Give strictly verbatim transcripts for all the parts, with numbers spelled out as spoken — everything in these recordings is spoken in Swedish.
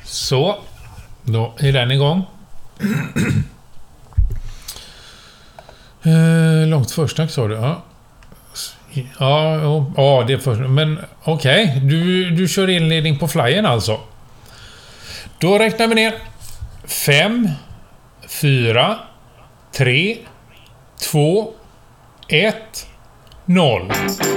Så, då är den igång. eh, långt första sa du, ja. Ja, ja, ja det är först. Men okej, okay. du, du kör inledning på flyen alltså. Då räknar vi ner. Fem, fyra, tre, två, ett, noll.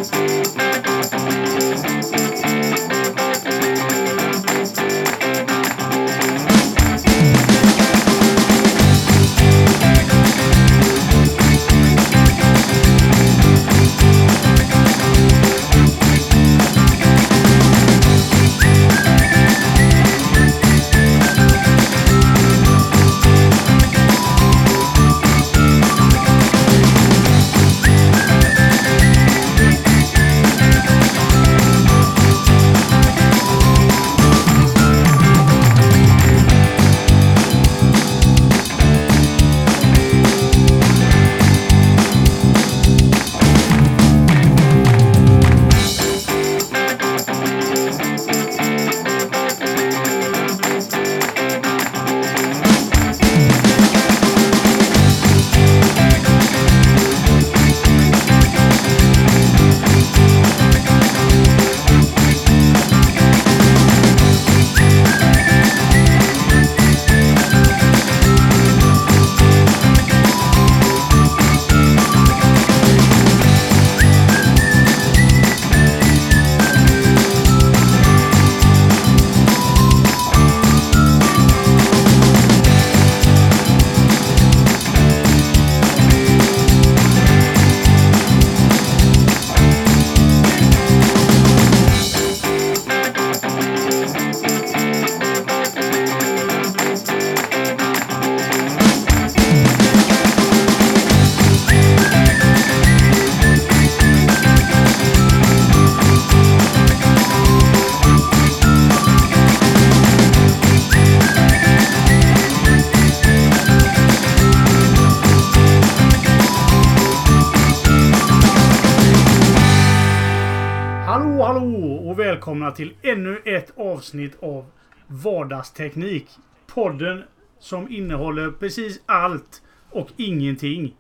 Välkomna till ännu ett avsnitt av Vardagsteknik. Podden som innehåller precis allt och ingenting.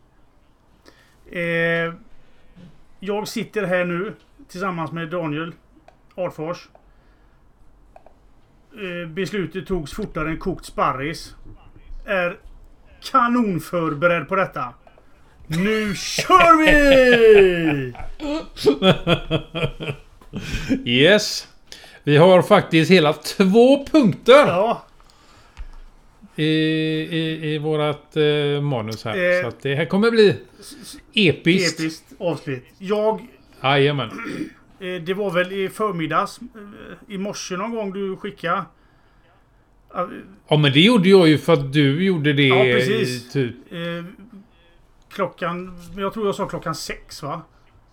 Eh, jag sitter här nu tillsammans med Daniel Artfors. Eh, beslutet togs fortare än kokt sparris. Är kanonförberedd på detta. Nu kör vi! Yes. Vi har faktiskt hela två punkter ja. i, i, i vårat eh, manus här. Eh, så att det här kommer bli episkt. Episkt avsnitt. Jag... Jajamän. Eh, det var väl i förmiddags, eh, i morse någon gång du skickade. Uh, ja, men det gjorde jag ju för att du gjorde det. Ja, precis. Typ. Eh, klockan... Jag tror jag sa klockan sex, va?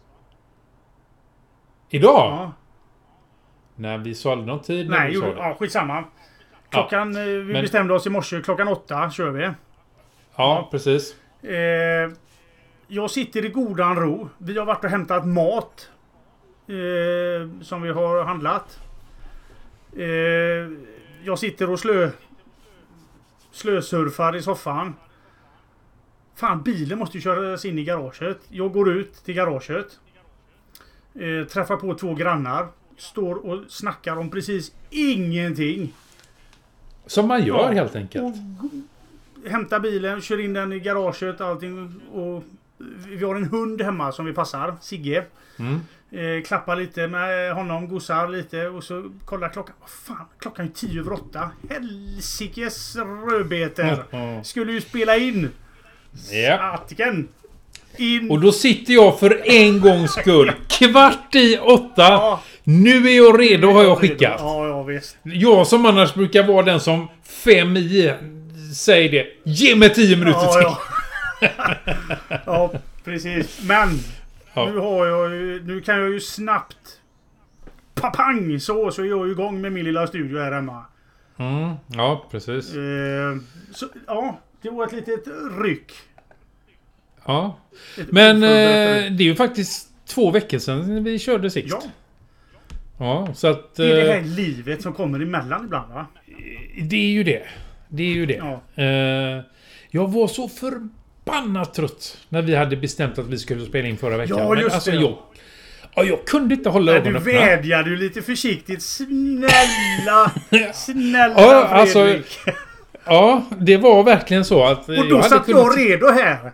Idag? Ja. Nej, vi sa aldrig någon tid. Nej, gjorde, ja, skitsamma. Klockan, ja, vi men... bestämde oss i morse, klockan åtta kör vi. Ja, ja. precis. Eh, jag sitter i godan ro. Vi har varit och hämtat mat. Eh, som vi har handlat. Eh, jag sitter och slö... slösurfar i soffan. Fan, bilen måste ju köras in i garaget. Jag går ut till garaget. Eh, träffar på två grannar. Står och snackar om precis ingenting. Som man gör, ja, helt enkelt. Och hämtar bilen, kör in den i garaget, allting. Och vi har en hund hemma som vi passar, Sigge. Mm. Eh, klappar lite med honom, gossar lite. Och så kollar klockan. Vad fan, klockan är tio över åtta. Helsikes rödbeter. Mm. Skulle ju spela in. Yep. Attiken. In. Och då sitter jag för en gångs skull kvart i åtta. Ja. Nu är jag redo, har jag skickat. Ja, ja, visst. Jag som annars brukar vara den som fem i säger det. Ge mig tio minuter ja, till. Ja. Ja, precis. Men ja. nu har jag ju, nu kan jag ju snabbt papang så så är jag igång med min lilla studio här hemma. Mm, ja, precis. Eh, så, ja, det var ett litet ryck. Ja. Men eh, det är ju faktiskt två veckor sedan vi körde sist. Ja. Ja, så att... Det är det här livet som kommer emellan ibland, va? det är ju det. Det är ju det. Ja. Eh, jag var så förbannat trött när vi hade bestämt att vi skulle spela in förra veckan. Ja, Men just alltså, det. jag, ja, jag kunde inte hålla Nej, ögonen du öppna. vädjade ju lite försiktigt. Snälla, snälla Ja, alltså, Fredrik. Ja, det var verkligen så att... Och då hade satt kunnat- jag redo här.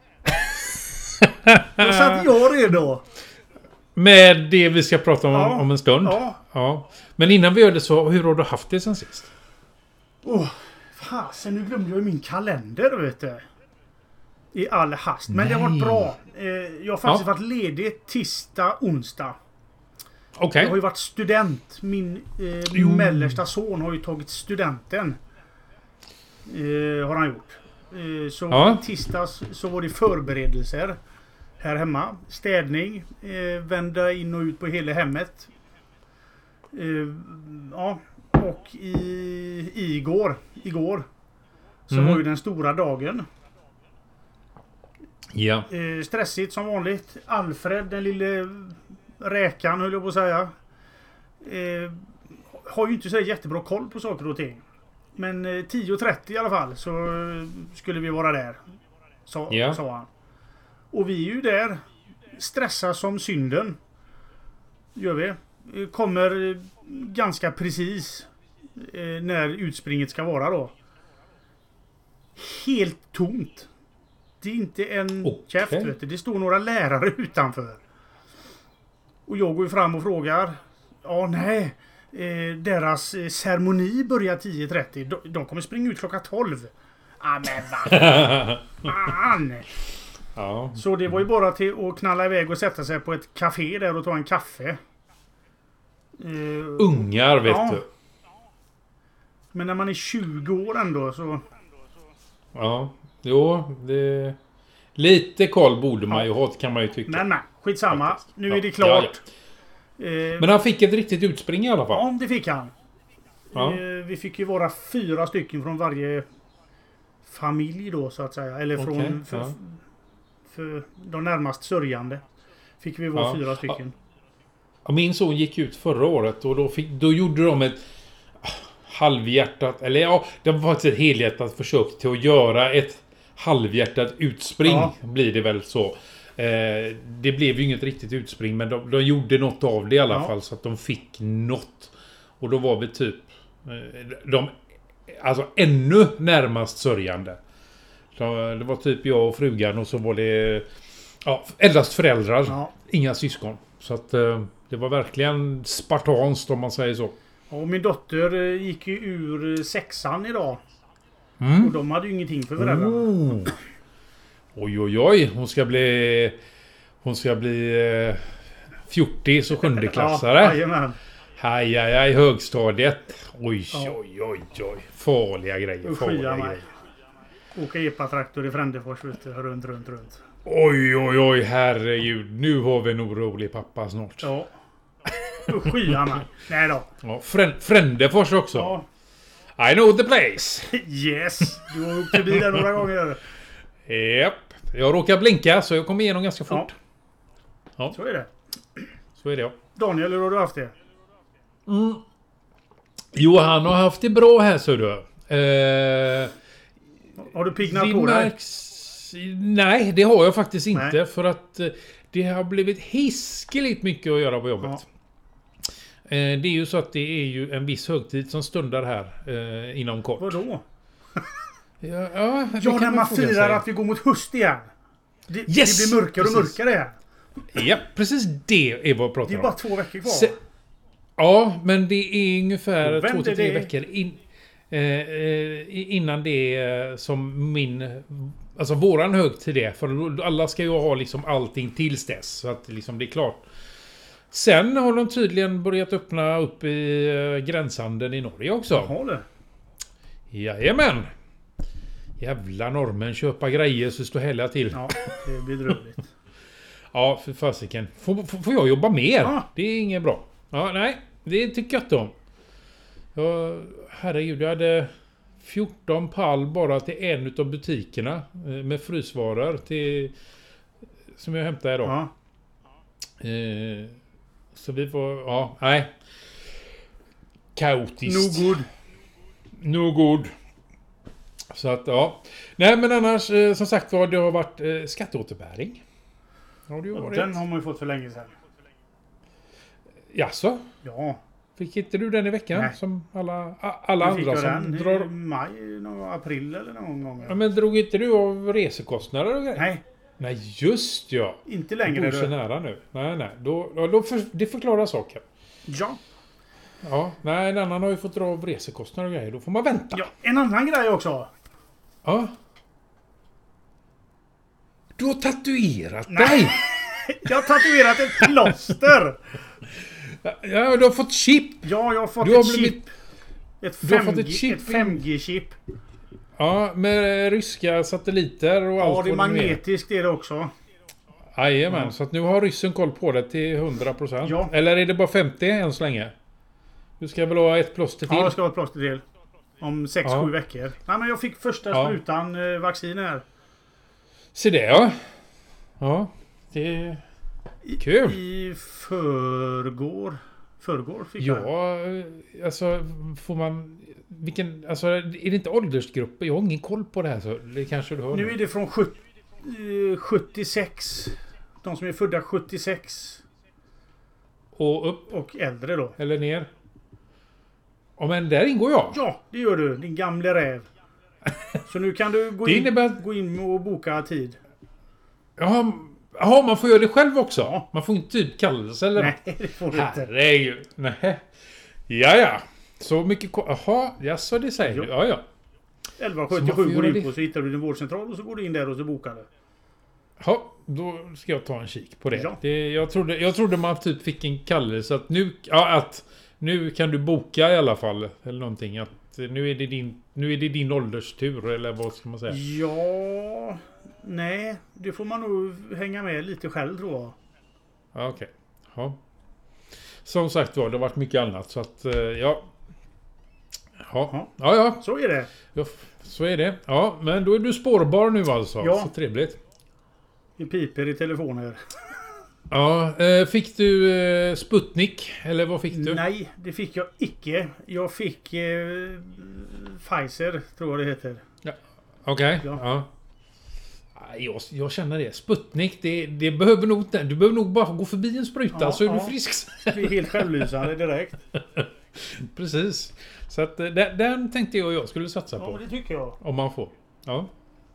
Då satt jag redo. Med det vi ska prata om Ja. om en stund. Ja. Ja. Men innan vi gör det så, hur har du haft det sen sist? Oh, fasen, nu glömde jag ju min kalender, vet du. I all hast. Men det har varit Nej. bra. Eh, jag har faktiskt Ja. varit ledig tisdag, onsdag. Okej. Jag har ju varit student. Min eh, mellersta son har ju tagit studenten. Eh, har han gjort. Eh, så Ja. tisdags så var det förberedelser här hemma. Städning. Eh, vända in och ut på hela hemmet. Eh, ja. Och i, igår, igår så Mm. var ju den stora dagen. Ja. Eh, stressigt som vanligt. Alfred, den lille räkan höll jag på att säga. Eh, har ju inte så jättebra koll på saker och ting. Men eh, tio och trettio i alla fall så eh, skulle vi vara där. Sa, Ja. sa han. Och vi är ju där. Stressar som synden. Gör vi. Eh, Kommer eh, ganska precis eh, när utspringet ska vara då. Helt tomt. Det är inte en Okej. käft, vet du. Det står några lärare utanför. Och jag går ju fram och frågar. Ja, nej. Eh, deras eh, ceremoni börjar tio trettio. De, de kommer springa ut klockan tolv. Ah, men vad fan. Ja. Så det var ju bara till att knalla iväg och sätta sig på ett café där och ta en kaffe. Eh, Ungar, vet Ja. du. Men när man är tjugo år ändå så... Ja. Jo, det... Lite koll borde man ju ha, kan man ju tycka. Men nej, skitsamma. Faktiskt. Nu Ja. är det klart. Ja, Eh, Men han fick ett riktigt utspring i alla fall. Ja, det fick han. Ja. Eh, vi fick ju vara fyra stycken från varje familj då så att säga. Eller från Okej, för, ja. för de närmast sörjande. Fick vi vara Ja. fyra stycken. Ja, min son gick ut förra året och då, fick, då gjorde de ett ah, halvhjärtat, eller ja, det var faktiskt ett helhjärtat försök till att göra ett halvhjärtat utspring, Ja. blir det väl så. Eh, det blev ju inget riktigt utspring, men de, de gjorde något av det i alla Ja. fall, så att de fick något. Och då var vi typ eh, de, alltså ännu närmast sörjande. Så, det var typ jag och frugan och så var det ja, endast föräldrar. Ja. Inga syskon. Så att eh, det var verkligen spartanskt om man säger så. Och min dotter eh, gick ju ur eh, sexan idag. Mm. Och de hade ju ingenting för föräldrarna. Oh. Oj, oj, oj. Hon ska bli... Hon ska bli... Eh, fjortis och sjundeklassare. Ja, jajamän. Hej, aj, aj, högstadiet. Oj, Ja. oj, oj, oj. Farliga grejer. Usch, Farliga ja, mig. grejer. Åka epatraktor i Frändefors, vet du. Runt, runt, runt. Oj, oj, oj. Herregud. Nu har vi en orolig pappa snart. Ja. Ja. Usch, ja, mig. Nej då. Ja, Frän, Frändefors också. Ja. I know the place. Yes. Du har åkt förbi där några gånger. Japp. Jag råkar blinka så jag kommer igenom ganska fort. Ja. Så är det. Så är det, ja. Daniel, hur har du haft det? Jo, han har haft det bra här, så du. Eh, Har du piggnat det på dig? märks... Nej, det har jag faktiskt inte. Nej. För att eh, det har blivit hiskeligt mycket att göra på jobbet. Ja. Eh, det är ju så att det är ju en viss högtid som stundar här eh, inom kort. Vadå? Ja, ja, det Ja, kan när man fråga firar sig. att vi går mot höst igen. Det, Yes, det blir mörkare och precis. mörkare här. Ja, precis det är vad jag pratar Det är om. bara två veckor kvar. Se- Ja, men det är ungefär Och två vänder till tre det. veckor in, eh, eh, innan det är som min... Alltså våran högtid är. För alla ska ju ha liksom allting tills dess. Så att liksom det är klart. Sen har de tydligen börjat öppna upp i eh, gränshandeln i Norge också. Jaha du. Jajamän! Jävla normen, köpa grejer så står hela till. Ja, Ja, det är bedrövligt. ja för fasiken. Får, får, får jag jobba mer? Ja. Det är inget bra. Ja, nej. Det tycker jag inte om. Ja, herregud, jag hade fjorton pall bara till en utav butikerna eh, med frysvaror till, som jag hämtade idag. Ja. Eh, så vi får, ja, nej. Kaotiskt. No good. No good. Så att, ja. Nej, men annars, eh, som sagt var, det har varit eh, skatteåterbäring. Ja, det har Och varit. den har man ju fått för länge sedan. Jaså? Ja. Fick inte du den i veckan? Nej. Som alla, a- alla Nu fick andra jag som den drar... i maj, någon april eller någon gång. Ja, men drog inte du av resekostnader och grejer? Nej, Nej, just ja. inte Du längre. bor så Du. nära nu. Nej, nej. Då, då, då för, det förklarar saken. Ja. Ja, nej, en annan har ju fått dra av resekostnader och grejer. Då får man vänta. ja. En annan grej också. Ja. Du har tatuerat Nej. dig! Jag har tatuerat ett plåster. Ja, du har fått chip! Ja, jag har fått Du har ett blivit- chip. Ett Du har fått 5G, ett chip ett fem G-chip. Ja, med ryska satelliter och Ja, allt det är vad nu är. magnetiskt är det också. Jajamän, Ja. så att nu har ryssen koll på det till hundra procent. Ja. Eller är det bara femtio än så länge? Du ska väl ha ett plåster till? Ja, jag ska ha ett plåster till. Om sex Ja. sju veckor. Nej, men jag fick första Ja. sprutan eh, vaccin här. Se det ja. Ja, det är kul. I förrgår. Förrgår fick jag. Ja, alltså får man... Vilken... Alltså är det inte åldersgrupper? Jag har ingen koll på det här så det kanske du hör. Nu är det från sjuttio, eh, sjuttiosex. De som är födda sjuttiosex Och upp och äldre då. eller ner? Ja, men där ingår jag. Ja, det gör du. Din gamle räv. Så nu kan du gå Det in, innebär att- gå in och boka tid. Jaha, jaha, man får göra det själv också? Ja. Man får inte typ kallelse eller Nej, det får du inte. Herregud. Nej. Ja, ja. Så mycket... ko- Jaha, ja, så det säger du. Ja, ja. elva Så man sjuttiosju får går göra du in det. på, så hittar du din vårdcentral och så går du in där och så bokar du. Ja, då ska jag ta en kik på det. Ja. det jag, trodde, jag trodde man typ fick en kallelse att nu... Ja, att nu kan du boka i alla fall. Eller någonting. Att nu är det din, nu är det din ålderstur. Eller vad ska man säga? Ja... Nej, det får man nog hänga med lite själv tror jag. Ja, okej. Ja. Som sagt var, det har varit mycket annat. Så att, eh, ja. Ja, Ja. ja. ja. Så är det. Ja, så är det. Ja, men då är du spårbar nu alltså. Ja. Så trevligt. Det piper i telefoner. Ja, eh, fick du eh, Sputnik? Eller vad fick du? Nej, det fick jag icke. Jag fick eh, Pfizer, tror jag det heter. Okej. Ja. Ja. Ja, Jag, jag känner det. Sputnik, det, det behöver nog inte... Du behöver nog bara gå förbi en spruta Ja, så är ja. du frisk. Det är helt självlysande direkt. Precis. Så att eh, den, den tänkte jag jag skulle satsa Ja, på. det tycker jag. Om man får. Ja.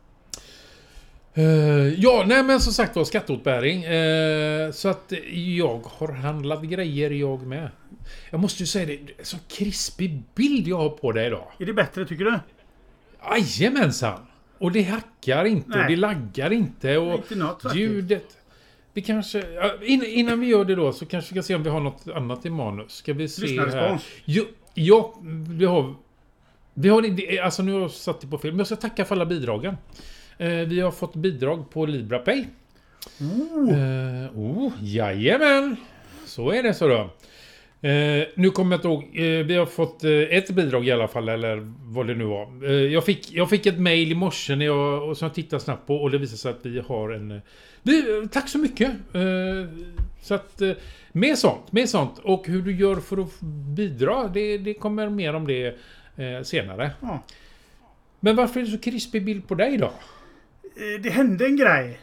Eh, ja, nej men som sagt var skatteåtbäring. Uh, så att jag har handlat grejer jag med. Jag måste ju säga det. Så krispig bild jag har på dig idag. Är det bättre tycker du? Jajamensan! Och det hackar inte Nej. och det laggar inte och Inte något faktiskt. ljudet. Vi kanske... ja, in- Innan vi gör det då så kanske vi ska se om vi har något annat i manus. Ska vi se här. Lyssnarrespons. Jo, ja, vi har... Vi har det- alltså nu har jag satt det på film. Jag ska tacka för alla bidragen. Eh, vi har fått bidrag på LibraPay. Oh. Eh, oh, jajamän! Så är det så då. Eh, nu kommer jag inte ihåg. Eh, vi har fått eh, ett bidrag i alla fall. Eller vad det nu var. Eh, jag, fick, jag fick ett mail i morse när jag, och som jag tittade snabbt på. Och det visar sig att vi har en... eh, Vi, tack så mycket! Eh, så att... Eh, med sånt, med sånt. Och hur du gör för att bidra. Det, det kommer mer om det eh, senare. Ja. Men varför är det så krispig bild på dig då? Eh, Det hände en grej.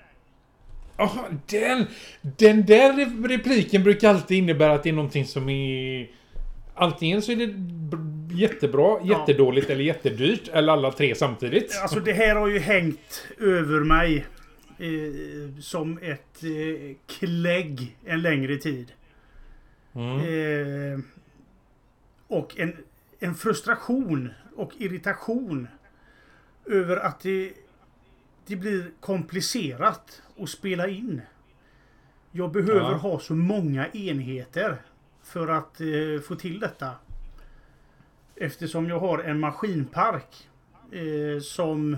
Jaha, den, den där repliken brukar alltid innebära att det är någonting som är... Antingen så är det b- jättebra, Ja. jättedåligt eller jättedyrt. Eller alla tre samtidigt. Alltså det här har ju hängt över mig eh, som ett eh, klägg en längre tid. Mm. Eh, och en, en frustration och irritation över att det, det blir komplicerat att spela in. Jag behöver Ja. ha så många enheter för att eh, få till detta. Eftersom jag har en maskinpark eh, som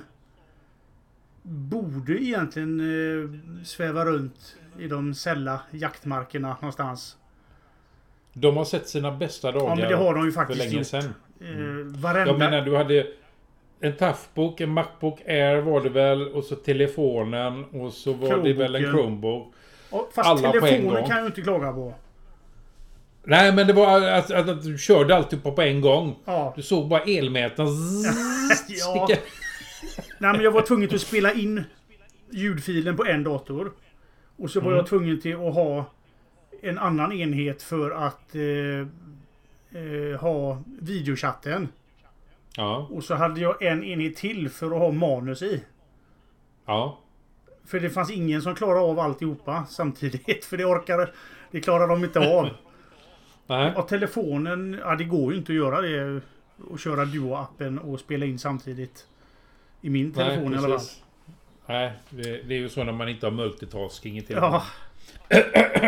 borde egentligen eh, sväva runt i de sälla jaktmarkerna någonstans. De har sett sina bästa dagar Ja, men det har de ju för faktiskt länge gjort. sedan. Eh, varenda... Jag menar, du hade en Toughbook, en Macbook Air var det väl. Och så telefonen. Och så var det väl en Chromebooken. Chromebook. Ja, fast alla på en telefonen gång. kan jag ju inte klaga på. Nej, men det var att, att, att du körde alltid på en gång. Ja. Du såg bara elmätaren. Ja. Nej, men jag var tvungen till att spela in ljudfilen på en dator. Och så var Mm. jag tvungen till att ha en annan enhet för att eh, eh, ha videochatten. Ja. Och så hade jag en enhet till för att ha manus i. Ja. För det fanns ingen som klarade av alltihopa samtidigt. För det orkade, det klarade de inte av. Nej. Och telefonen, ja det går ju inte att göra det. Och köra Duo-appen och spela in samtidigt. I min telefon i alla fall. precis. Nej, det, det är ju så när man inte har multitasking i telefonen. Ja.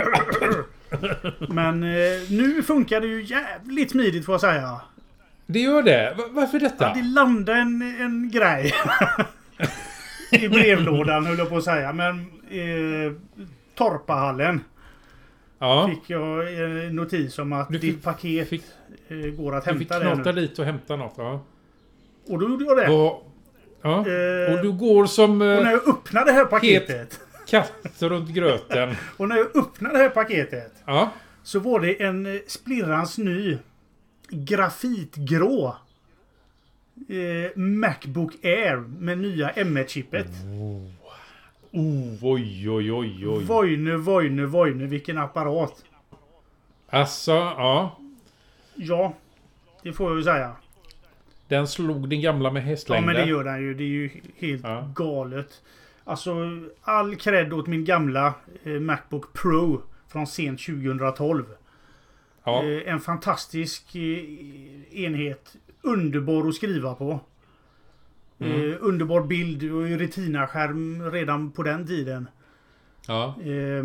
Men eh, nu funkar det ju jävligt smidigt får jag säga. Det gör det. Va- Varför detta? Ja, det landade en, en grej. I brevlådan höll jag på att säga. Men eh, Torpahallen Ja. fick jag en notis om att Du ditt fick- paket fick- eh, går att Du fick hämta det knata nu. dit och hämta något. Ja. Och då gjorde jag det. Och, ja. Eh, och du går som och när eh, jag öppnade det här paketet. katt runt gröten. Och när jag öppnade det här paketet. Ja. Så var det en eh, splirrans ny grafitgrå eh, Macbook Air med nya M ett-chippet. Oh, oj, oj, oj, oj. Vojne, vojne, vojne, vilken apparat. Alltså, ja. Ja, det får jag ju säga. Den slog din gamla med Ja, hästlängder. men det gör den ju. Det är ju helt Ja. galet. Alltså, all cred åt min gamla eh, Macbook Pro från sent tjugohundratolv. Ja. Eh, en fantastisk eh, enhet. Underbar att skriva på. Mm. Eh, underbar bild och Retina-skärm redan på den tiden. Ja. Eh,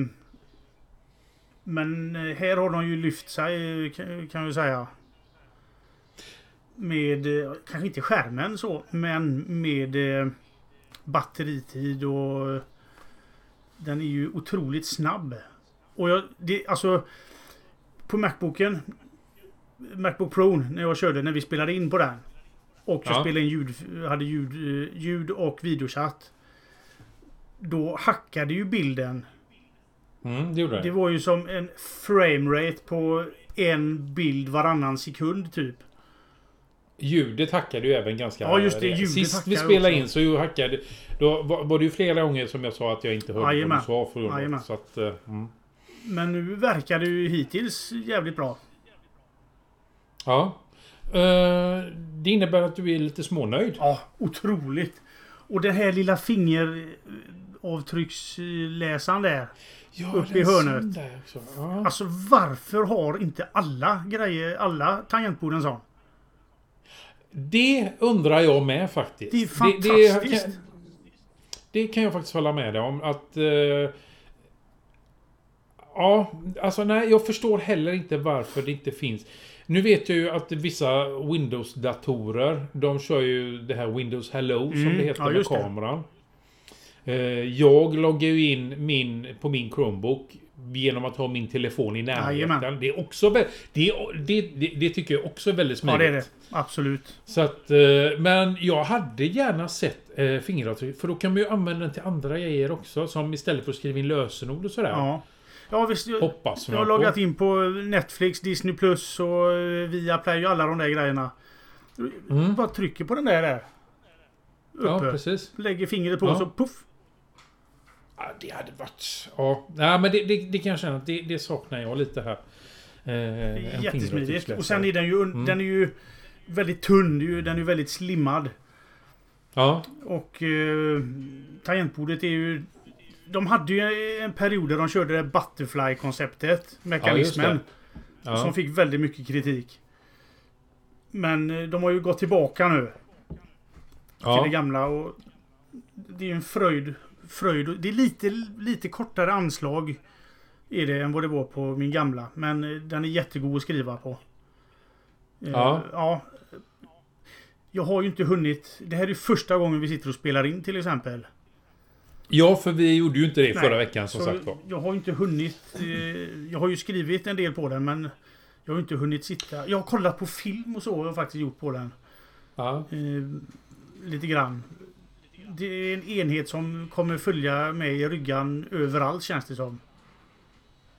men eh, här har de ju lyft sig eh, kan, kan jag säga. Med, eh, kanske inte skärmen så, men med eh, batteritid och eh, den är ju otroligt snabb. Och jag, det, alltså på Macbooken Macbook Pro när jag körde, när vi spelade in på den. Och så Ja. spelade in ljud, hade ljud, eh, ljud och videochatt. Då hackade ju bilden. Mm, det gjorde Det det. var ju som en framerate på en bild varannan sekund typ. Ljudet hackade ju även ganska... Ja, just det, rejält. ljudet Sist vi hackar spelade också. in så ju hackade... Då var, var det ju flera gånger som jag sa att jag inte hörde vad Jajamän. du sa för Jajamän. något. Så att... eh, Mm. Men nu verkar det ju hittills jävligt bra. Ja. Eh, det innebär att du är lite smånöjd. Ja, otroligt. Och den här lilla fingeravtrycksläsaren där. Ja, Upp den i hörnet. sån där också. Ja. Alltså varför har inte alla grejer, alla tangentbord en sån? Det undrar jag med faktiskt. Det är Det, fantastiskt. kan, det kan jag faktiskt hålla med dig om. Att... eh, ja, alltså nej, jag förstår heller inte varför det inte finns. Nu vet jag ju att vissa Windows-datorer, de kör ju det här Windows Hello som Mm, det heter ja, med just det. kameran. Eh, Jag loggar ju in min, på min Chromebook genom att ha min telefon i närheten. Jajamän. Det är också vä- det, är- det, det, det tycker jag också är väldigt Ja, smidigt. det är det. Absolut. Så att, eh, men jag hade gärna sett eh, fingeravtryck. För då kan man ju använda den till andra grejer också. Som istället för att skriva in lösenord och sådär. Ja. Ja, visst. Jag, Hoppas jag har man loggat på. in på Netflix, Disney Plus och eh, Viaplay och alla de där grejerna. Mm. Bara trycker på den där där. Ja, Uppe. precis. Lägger fingret på Ja. och så puff. Ja, det hade varit... Ja, nej, men det, det, det kan jag känna att det, det saknar jag lite här. Eh, en Jättesmidigt. fingeravtrycksläsare. Och sen är den ju, Mm. den är ju väldigt tunn. Det är ju- Den är ju väldigt slimmad. Ja, Och eh, tangentbordet är ju... De hade ju en period där de körde det Butterfly-konceptet. Mekanismen. ja. Som fick väldigt mycket kritik. Men eh, de har ju gått tillbaka nu. Till det ja. gamla. Och det är ju en fröjd. fröjd. Det är lite, lite kortare anslag. Är det än vad det var på min gamla. Men eh, den är jättegod att skriva på. Eh, Ja. ja. Jag har ju inte hunnit. Det här är första gången vi sitter och spelar in till exempel. Ja, för vi gjorde ju inte det Nej, förra veckan som Så sagt var. jag har inte hunnit. Eh, jag har ju skrivit en del på den men jag har inte hunnit sitta. Jag har kollat på film och så har jag faktiskt gjort på den. Ja. Eh, lite grann. Det är en enhet som kommer följa mig i ryggan överallt känns det som.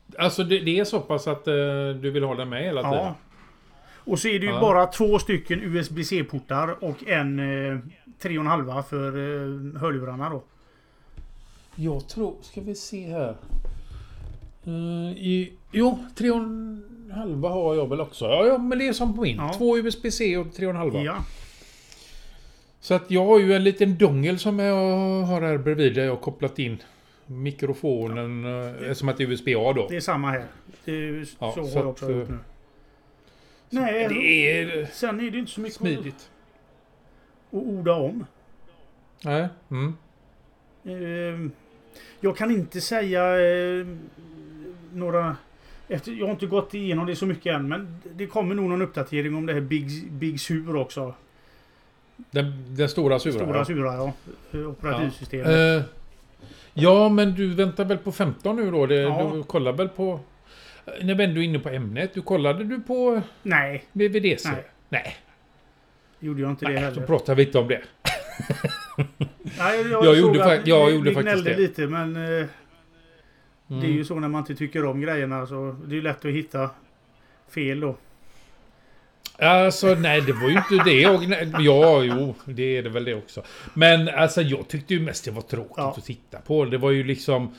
Alltså det, det är så pass att uh, du vill ha den med hela tiden? Ja. Och så är det ju Ja. bara två stycken U S B C-portar och en eh, tre och en halva för eh, hörlurarna då. Jag tror... Ska vi se här. Uh, i, jo, tre och en halva har jag väl också. Ja, ja men det är som på min. Ja. Två U S B C och tre och en halva. Ja. Så att jag har ju en liten dongel som jag har här bredvid där jag har kopplat in mikrofonen ja. som ett U S B A då. Det är samma här. Det är, Ja, så, så har jag också att, gjort nu. Nej, det är sen är det inte så mycket smidigt. att orda om. Nej. Mm. Eh, jag kan inte säga eh, några... Efter, jag har inte gått igenom det så mycket än, men det kommer nog någon uppdatering om det här Big, Big Sur också. Den, den stora sura. Stora ja. sura, ja. Operativsystemet. Ja. Eh, ja, men du väntar väl på femton nu då? Det, Ja. Du kollar väl på... När vi ändå är inne på ämnet. Du kollade du på Nej, V V D C? Nej. Nej. gjorde jag inte det Nej, heller. så pratar vi inte om det. Nej, jag, Jag såg gjorde att fa- jag ni- gjorde ni faktiskt gnällde det. lite, men eh, det är Mm. ju så när man inte tycker om grejerna, så det är ju lätt att hitta fel då. Alltså nej, det var ju inte det. Jag, nej, ja, jo, det är det väl det också. Men alltså jag tyckte ju mest det var tråkigt Ja. att titta på. Det var ju liksom...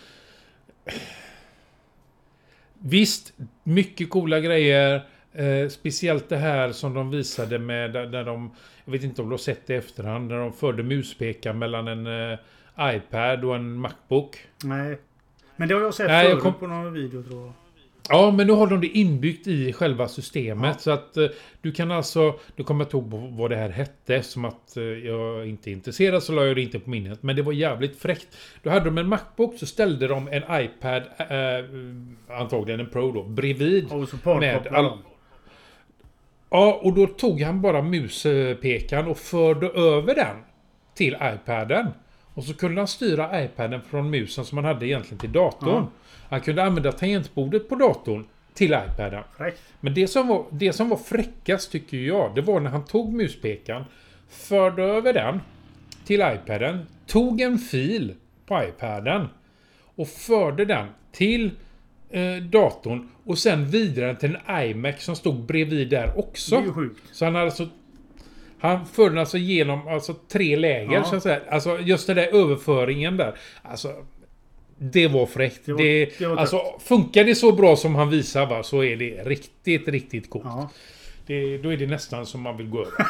Visst, mycket coola grejer. Eh, speciellt det här som de visade med när de... Jag vet inte om du har sett det i efterhand. När de förde muspekan mellan en eh, iPad och en MacBook. Nej. Men det har jag sett Nej, jag förut kom- på någon video, tror jag. Ja, men nu har de det inbyggt i själva systemet. Ja. Så att eh, du kan alltså... Du kommer att ihåg vad det här hette. Som att eh, jag inte är intresserad så la jag det inte på minnet. Men det var jävligt fräckt. Då hade de en MacBook så ställde de en iPad, eh, antagligen en Pro då, bredvid. Och så Med parkopplar all... de. Ja, och då tog han bara muspekan och förde över den till iPaden. Och så kunde han styra iPaden från musen som han hade egentligen till datorn. Ja. Han kunde använda tangentbordet på datorn till iPaden. Fräckt. Men det som var, det som var fräckast tycker jag, det var när han tog muspekan, förde över den till iPaden, tog en fil på iPaden och förde den till eh, datorn och sen vidare till en iMac som stod bredvid där också. Det är ju sjukt. Så han hade alltså... Han förde den alltså genom alltså, tre läger Ja. så att säga. Alltså just den där överföringen där. Alltså... Det var fräckt. Det Det var- det var alltså, funkar det så bra som han visar va, så är det riktigt, riktigt coolt. Ja. Det, då är det nästan som man vill gå över.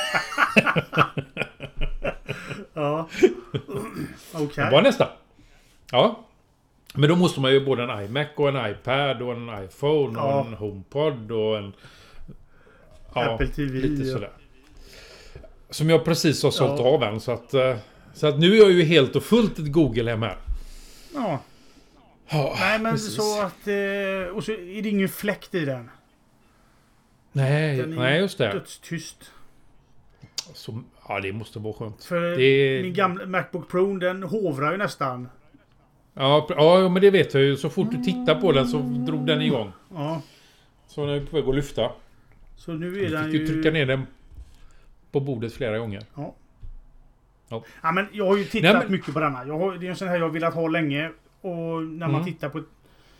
Ja. Okej. Det var nästan. Ja. Men då måste man ju både en iMac och en iPad och en iPhone och Ja. en HomePod och en... Ja, Apple T V, lite ja. sådär. Som jag precis har sålt Ja. av en. Så att, eh, så att nu är jag ju helt och fullt ett Google-hem här. Ja. Ja, Nej, men precis. så att... Eh, och så är det ingen fläkt i den. Nej, Den är nej, just det. dödstyst. Så, ja, det måste vara skönt. För Det- min gamla Macbook Pro, den hovrar ju nästan. Ja, pr- ja, men det vet jag ju. Så fort du tittar på den så drog den igång. Ja. Så den är på väg att lyfta. Så nu är Du den fick ju ju... trycka ner den på bordet flera gånger. Ja. Ja. Ja, men jag har ju tittat Nej, men- mycket på denna. Jag har, det är en sån här jag har velat ha länge. Och när man Mm. tittar på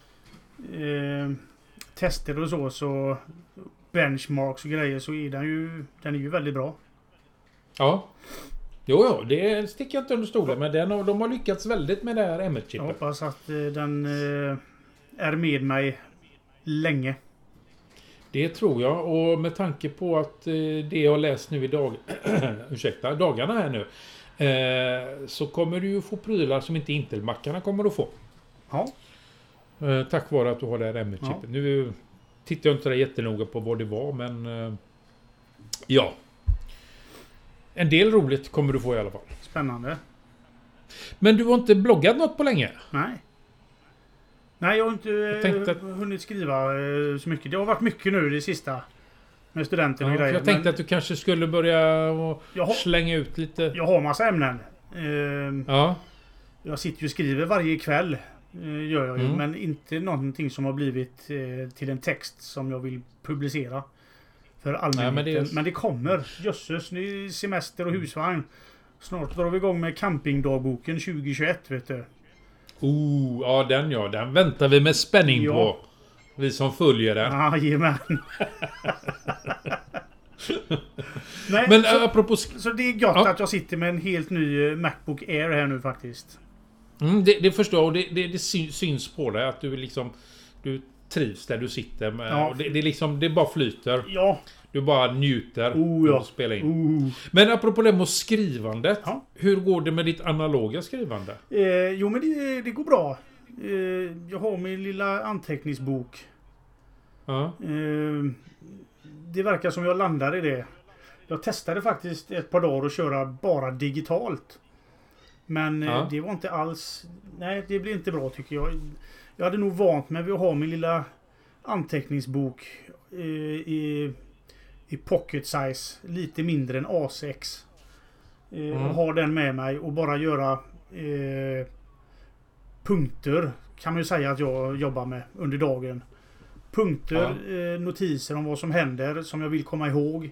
eh, tester och så, så benchmarks och grejer, så är den ju, den är ju väldigt bra. Ja. Jo, ja, det sticker jag inte under stolen. Men den, har- de har lyckats väldigt med det här M Jag ett-chippet. hoppas att eh, den eh, är med mig länge. Det tror jag. Och med tanke på att eh, det jag har läst nu i dag... ursäkta, dagarna här nu. Eh, så kommer du ju få prylar som inte Intel-mackarna kommer att få. Ja. Eh, tack vare att du har det här M ett-chippet. Ja. Nu tittar jag inte där jättenoga på vad det var, men... Eh, ja. En del roligt kommer du få i alla fall. Spännande. Men du har inte bloggat något på länge? Nej. Nej, jag har inte eh, tänkte att- hunnit skriva eh, så mycket. Det har varit mycket nu det sista. Med studenter och Ja, för grejer. jag tänkte men att du kanske skulle börja och jag, har, slänga ut lite... jag har massa ämnen. Eh, Ja. Jag sitter ju och skriver varje kväll. Eh, gör jag ju. Mm. Men inte någonting som har blivit eh, till en text som jag vill publicera. För allmänheten. men det är- Men det kommer. Jösses, nu är semester och husvagn. Snart drar vi igång med campingdagboken tjugo tjugoett, vet du. Oh, ja den ja. Den väntar vi med spänning Ja. på. Vi som följer den. Jajamän. Nej, Men så, apropå... sk- så det är gott Ja. att jag sitter med en helt ny eh, Macbook Air här nu faktiskt. Mm, det, det förstår jag. Och det, det, det sy- syns på dig att du liksom... Du trivs där du sitter. Med, Ja. och det, det, är liksom, det bara flyter. Ja. Du bara njuter Oh, ja. av att spela in. Oh. Men apropå det med skrivandet. Ja. Hur går det med ditt analoga skrivande? Eh, jo men det, det går bra. Eh, jag har min lilla anteckningsbok. Ja. Eh, det verkar som jag landar i det. Jag testade faktiskt ett par dagar att köra bara digitalt. Men eh, Ja. det var inte alls... Nej, det blev inte bra tycker jag. Jag hade nog vant mig vid att ha min lilla anteckningsbok eh, i, i pocket size. Lite mindre än A sex. Eh, Mm. Och ha den med mig och bara göra eh, punkter. Kan man ju säga att jag jobbar med under dagen. Punkter, eh, notiser om vad som händer som jag vill komma ihåg.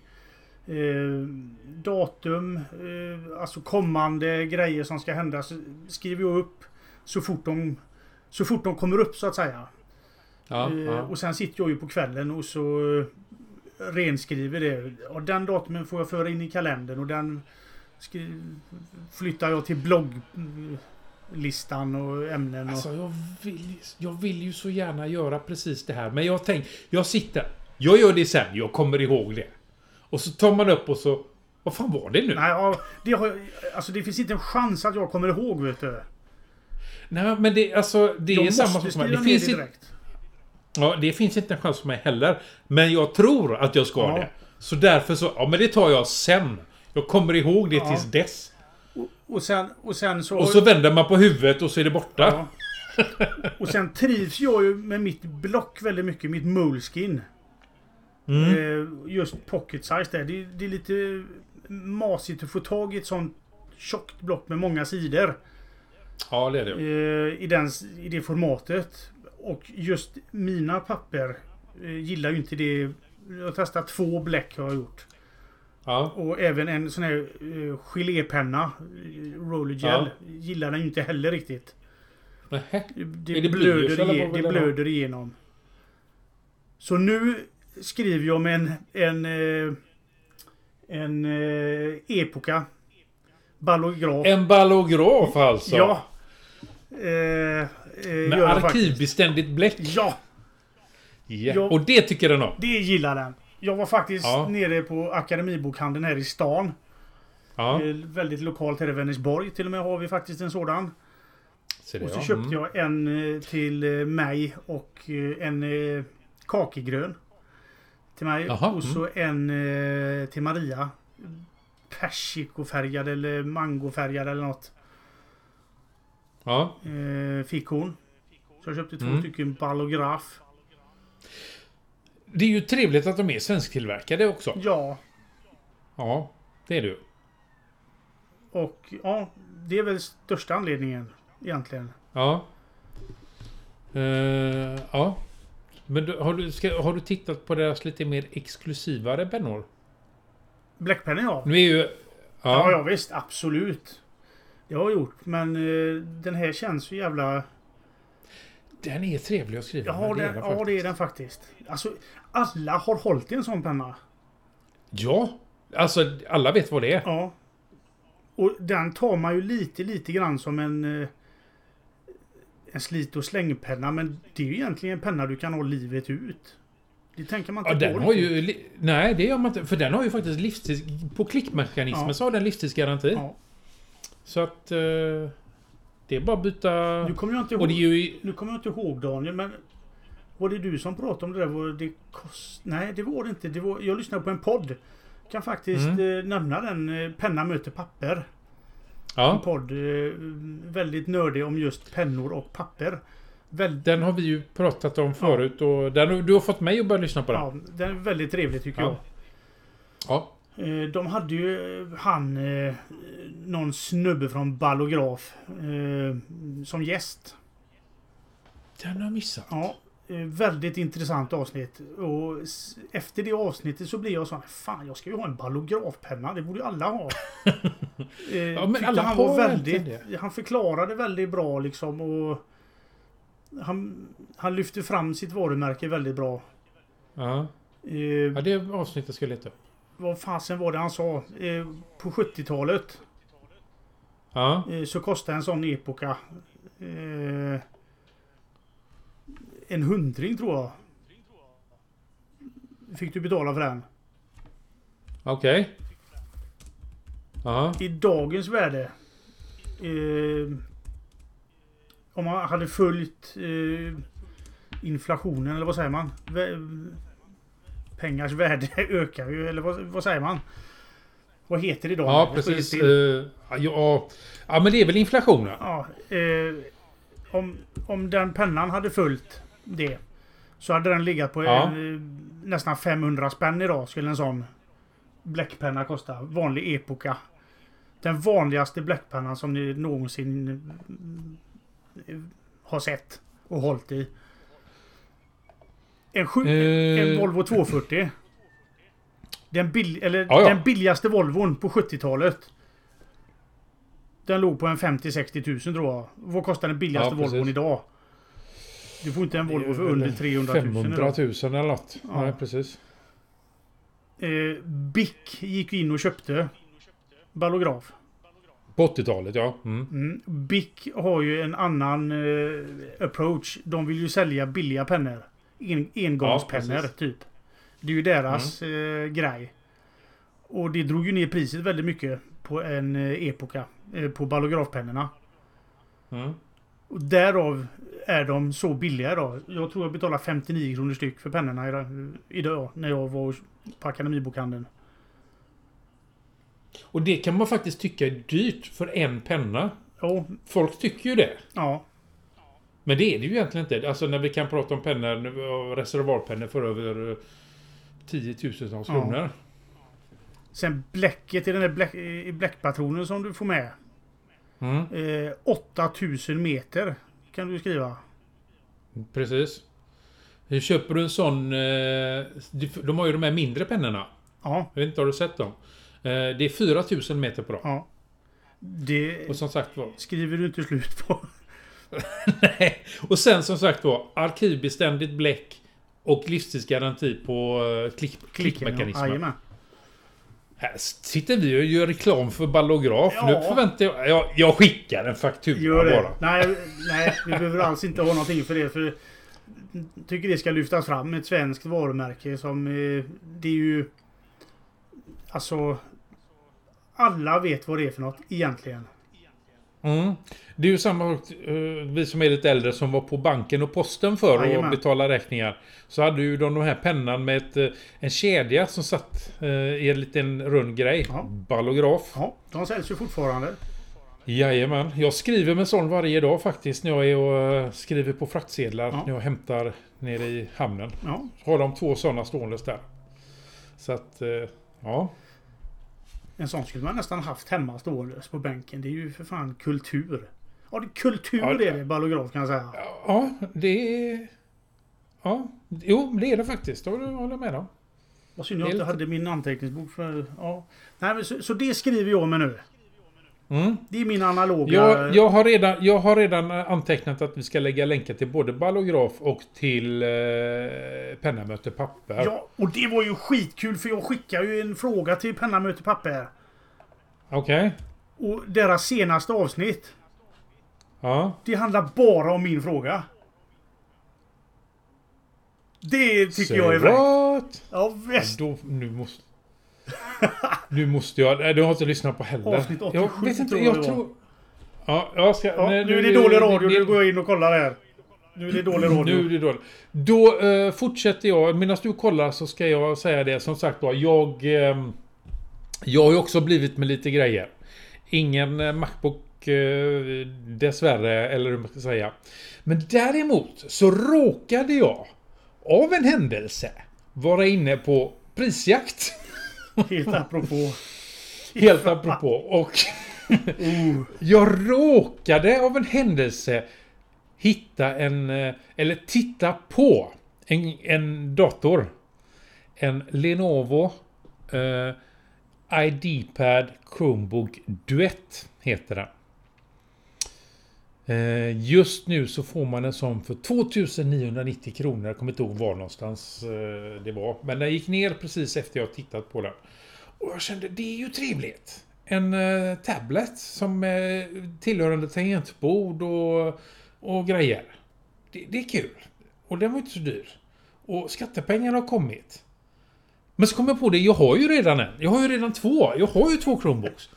Eh, datum, eh, alltså kommande grejer som ska hända så skriver jag upp så fort de, så fort de kommer upp så att säga. Ja, Eh, ja. Och sen sitter jag ju på kvällen och så eh, renskriver det. Och den datumen får jag föra in i kalendern och den skri- flyttar jag till blogglistan och ämnen. Och, Alltså jag vill, jag vill ju så gärna göra precis det här. Men jag tänker, jag sitter, jag gör det sen, jag kommer ihåg det. Och så tar man upp och så, vad fan var det nu? nej, ja, det, har, alltså det finns inte en chans att jag kommer ihåg vet du. Nej, men det, alltså, det Jag är samma måste sak som mig. skriva Det ner finns, det inte, direkt. ja, det finns inte en chans för mig heller. Men jag tror att jag ska Ja. det. Så därför så, ja men det tar jag sen. Jag kommer ihåg det Ja. tills dess. Och, och, sen, och sen så... Och så vänder man på huvudet och så är det borta. Ja. Och sen trivs jag ju med mitt block väldigt mycket, mitt Moleskin. Mm. Eh, just pocket size där. Det, det är lite masigt att få tag i ett sånt tjockt block med många sidor. Ja, det är det. Eh, i, den, I det formatet. Och just mina papper eh, gillar ju inte det. Jag har testat två bläck har jag gjort. Ja. Och även en sån här eh, gelépenna, eh, roller gel, Ja. gillar den ju inte heller riktigt. Nähä. Det, Är det blöder, blyerts eller ige- vad vill det den ha? blöder igenom. Så nu skriver jag med en en, eh, en eh, Epoca ballograf. En ballograf alltså. Ja. Eh, eh, Med gör jag faktiskt. arkivbeständigt bläck. Ja, Ja. Ja. Och det tycker den om. det gillar den. Jag var faktiskt Ja. nere på Akademibokhandeln här i stan. Ja. Eh, väldigt lokalt här i Vänersborg. Till och med har vi faktiskt en sådan. Så det, Och så ja. köpte Mm. jag en eh, till eh, mig och eh, en eh, kakegrön. Till mig. Jaha, Och så en eh, till Maria. Persikofärgad eller mangofärgad eller något. Ja. Eh, fick hon. Så jag köpte två Mm. stycken ballograf. Det är ju trevligt att de är svensktillverkade också. Ja. Ja, det är det ju. Och ja, det är väl största anledningen egentligen. Ja. Eh, ja. Men du, har, du, ska, har du tittat på deras lite mer exklusivare pennor? Bläckpennor ja. Nu är ju... Ja, Ja, ja visst. Absolut. Det har jag gjort. Men eh, den här känns så jävla... den är trevlig att skriva Ja, med. den, den ja det är faktiskt. den faktiskt. Alltså, alla har hållit i en sån penna. Ja, alltså alla vet vad det är. Ja. Och den tar man ju lite, lite grann som en... eh, En slit- och slängpenna. Men det är ju egentligen en penna du kan ha livet ut. Det tänker man Ja, inte den på har riktigt. ju... li- Nej, det gör man inte. För den har ju faktiskt livstids... På klickmekanismen Ja. så har den livstidsgaranti. Ja. Så att... Eh, det är bara att byta... Nu kommer jag inte Och ihåg... det är ju... Nu kommer jag inte ihåg Daniel, men... Var det du som pratade om det där? Var det kost... Nej, det var det inte. Det var... Jag lyssnade på en podd. Kan faktiskt Mm. eh, nämna den. eh, Penna möter papper. En Ja, podd. Eh, väldigt nördig om just pennor och papper. Väl... den har vi ju pratat om förut och den, du har fått mig att börja lyssna på den. Ja, den är väldigt trevlig tycker Ja. Ja. jag. Eh, de hade ju eh, han... Eh, någon snubbe från Ballograf. Eh, som gäst. Den har jag missat. Ja, eh, väldigt intressant avsnitt. Och s- efter det avsnittet så blir jag så här, fan jag ska ju ha en ballografpenna, det borde ju alla ha. Eh, Ja, men tyckte alla han har var egentligen väldigt... Han förklarade väldigt bra liksom och... Han, han lyfte fram sitt varumärke väldigt bra. Ja. Eh, Ja, det avsnittet skulle jag leta. vad fasen var det han sa? Eh, på sjuttiotalet Ja. eh, så kostade en sån Epoca eh, en hundring tror jag. Fick du betala för den. Okej. Okay. Ja. I dagens värde eh, om man hade följt eh, inflationen eller vad säger man? Vä- pengars värde ökar ju eller vad, vad säger man? Vad heter det idag? Ja, precis. Uh, ja, ja, men det är väl inflationen. Ja, eh, om, om den pennan hade följt det så hade den legat på Ja. en, eh, nästan femhundra spänn idag skulle en sån bläckpenna kosta. Vanlig Epoca. Den vanligaste bläckpennan som ni någonsin eh, har sett och hållit i. En, sju, Eh. en Volvo tvåhundrafyrtio. Den, bill, eller Ja, ja. den billigaste Volvon på sjuttiotalet. Den låg på en femtio till sextio tusen tror jag. Vad kostar den billigaste Ja, precis. Volvon idag? Du får inte en Volvo för under trehundra tusen femhundra idag. tusen eller något. Ja. Nej, precis. Eh, Bic gick in och köpte ballograf. På åttiotalet, ja. Mm. Mm. Bic har ju en annan eh, approach. De vill ju sälja billiga pennor. En, engångspennor Ja, precis. typ. Det är ju deras eh, grej. Och det drog ju ner priset väldigt mycket på en eh, Epoca. Eh, på ballografpennorna. Mm. Och därav är de så billiga idag. Jag tror jag betalar femtionio kronor styck för pennorna idag, idag när jag var på Akademibokhandeln. Och det kan man faktiskt tycka är dyrt för en penna. Ja, Folk tycker ju det. ja, Men det är det ju egentligen inte. Alltså när vi kan prata om pennor, reservoarpennor för över eh, tiotusentals Ja. kronor. Sen bläcket i den där bläck, i bläckpatronen som du får med. Mm. Eh, åtta tusen meter kan du skriva. Precis. Hur köper du en sån... Eh, de har ju de här mindre pennorna. Ja, Jag vet inte, har du sett dem? Eh, det är fyra tusen meter på dem. ja. Det Och som sagt var... skriver du inte slut på. Nej. Och sen som sagt var, arkivbeständigt bläck och livstidsgaranti på eh, klick, klickmekanismen. Jajamän. Här sitter vi och gör reklam för ballograf. Ja. Nu förväntar jag... Jag, jag skickar en faktura Gör det. bara. Nej, nej, vi behöver alls inte ha någonting för det. För jag tycker det ska lyftas fram ett svenskt varumärke som eh, det är ju... Alltså... Alla vet vad det är för något egentligen. Mm. Det är ju samma uh, vi som är lite äldre som var på banken och posten för Jajamän. att betala räkningar. Så hade ju de, de här pennan med ett, uh, en kedja som satt uh, i en liten rund grej. Ja. Ballograf. Ja, de säljs ju fortfarande. Jajamän. Jag skriver med sån varje dag faktiskt när jag är och uh, skriver på fraktsedlar. Ja. När jag hämtar nere i hamnen. Ja. Så har de två sådana ståendes där. Så att, uh, ja. En sån skulle man nästan haft hemma ståendes på bänken. Det är ju för fan kultur. Ja, det är kultur Ja, är det, ballograf kan jag säga. Ja, det är... Ja, jo, det är det faktiskt. Då håller jag med om. Vad synd jag Det är inte lite- hade min anteckningsbok för... Ja. Nej, men så, så det skriver jag med nu. Mm. Det är min analoga... Jag, jag, har redan, jag har redan antecknat att vi ska lägga länkar till både ballograf och till eh, pennamöte papper. Ja, och det var ju skitkul för jag skickar ju en fråga till Penna möter papper. Okej. Och deras senaste avsnitt, Ja. det handlar bara om min fråga. Det tycker Say jag är fräckt. what? Ja, visst. Då, nu måste... nu måste jag... Nej, du har inte lyssnat på heller. Avsnitt åttiosju Jag vet inte, tror jag jag det var. tror... Ja, jag ska... Ja, nej, nu är det dålig radio, nu går jag in och kollar här. Nu är det dålig radio. Nu är det dåligt. Då eh, fortsätter jag. Medan du kollar så ska jag säga det. Som sagt var, jag... Eh, jag har ju också blivit med lite grejer. Ingen eh, Macbook eh, dessvärre, eller hur man ska säga. Men däremot så råkade jag av en händelse vara inne på prisjakt. Helt apropå. Helt apropå. Och Oh. jag råkade av en händelse hitta en, eh, eller titta på en, en dator. En Lenovo eh, iDpad Chromebook Duett heter den. Eh, just nu så får man en sån för tvåtusen niohundranittio kronor. Jag kommer inte ihåg var någonstans eh, det var. Men den gick ner precis efter jag tittat på den. Och jag kände, det är ju trevligt. En eh, tablet som eh, tillhörande tangentbord och, och grejer. Det, det är kul. Och den var inte så dyr. Och skattepengarna har kommit. Men så kom jag på det, jag har ju redan en. Jag har ju redan två. Jag har ju två Chromebooks.